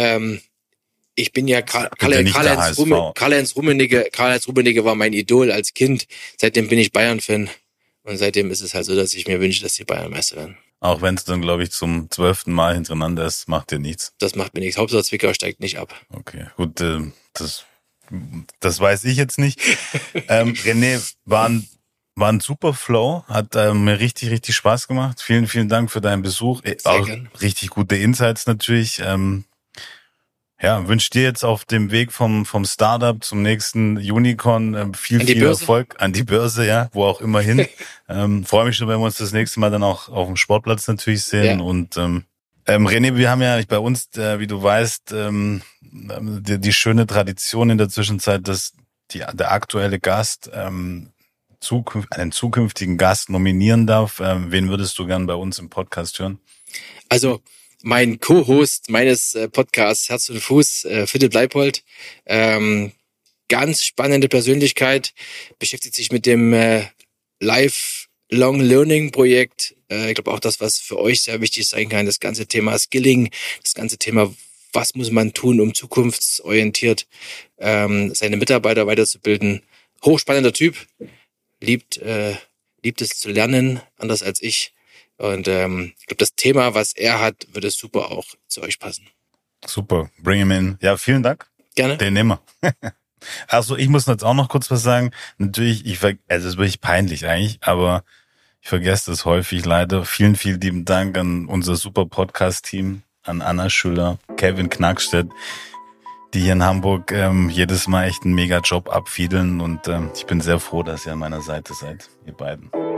Karl-Heinz Rummenigge war mein Idol als Kind. Seitdem bin ich Bayern-Fan. Und seitdem ist es halt so, dass ich mir wünsche, dass die Bayern Meister werden. Auch wenn es dann, glaube ich, zum 12. Mal hintereinander ist, macht dir nichts. Das macht mir nichts. Hauptsache Zwickau steigt nicht ab. Okay, gut, das weiß ich jetzt nicht. René, war ein super Flow, hat mir richtig, richtig Spaß gemacht. Vielen, vielen Dank für deinen Besuch. Auch gern. Richtig gute Insights natürlich. Wünsche dir jetzt auf dem Weg vom Startup zum nächsten Unicorn viel Erfolg an die Börse, ja, wo auch immer hin. Freue mich schon, wenn wir uns das nächste Mal dann auch auf dem Sportplatz natürlich sehen. Ja. Und René, wir haben ja bei uns, wie du weißt, die schöne Tradition in der Zwischenzeit, dass der aktuelle Gast einen zukünftigen Gast nominieren darf. Wen würdest du gern bei uns im Podcast hören? Also mein Co-Host meines Podcasts Herz und Fuß, Philipp Leipold, ganz spannende Persönlichkeit, beschäftigt sich mit dem Lifelong Learning Projekt. Ich glaube auch das, was für euch sehr wichtig sein kann, das ganze Thema Skilling, das ganze Thema, was muss man tun, um zukunftsorientiert seine Mitarbeiter weiterzubilden. Hochspannender Typ, liebt es zu lernen, anders als ich. Und ich glaube, das Thema, was er hat, würde super auch zu euch passen. Super, bring him in. Ja, vielen Dank. Gerne. Den nehmen wir. Also ich muss jetzt auch noch kurz was sagen. Natürlich, es ist wirklich peinlich eigentlich, aber ich vergesse das häufig leider. Vielen, vielen lieben Dank an unser super Podcast-Team, an Anna Schüller, Kevin Knackstedt, die hier in Hamburg jedes Mal echt einen mega Job abfiedeln. Und ich bin sehr froh, dass ihr an meiner Seite seid, ihr beiden.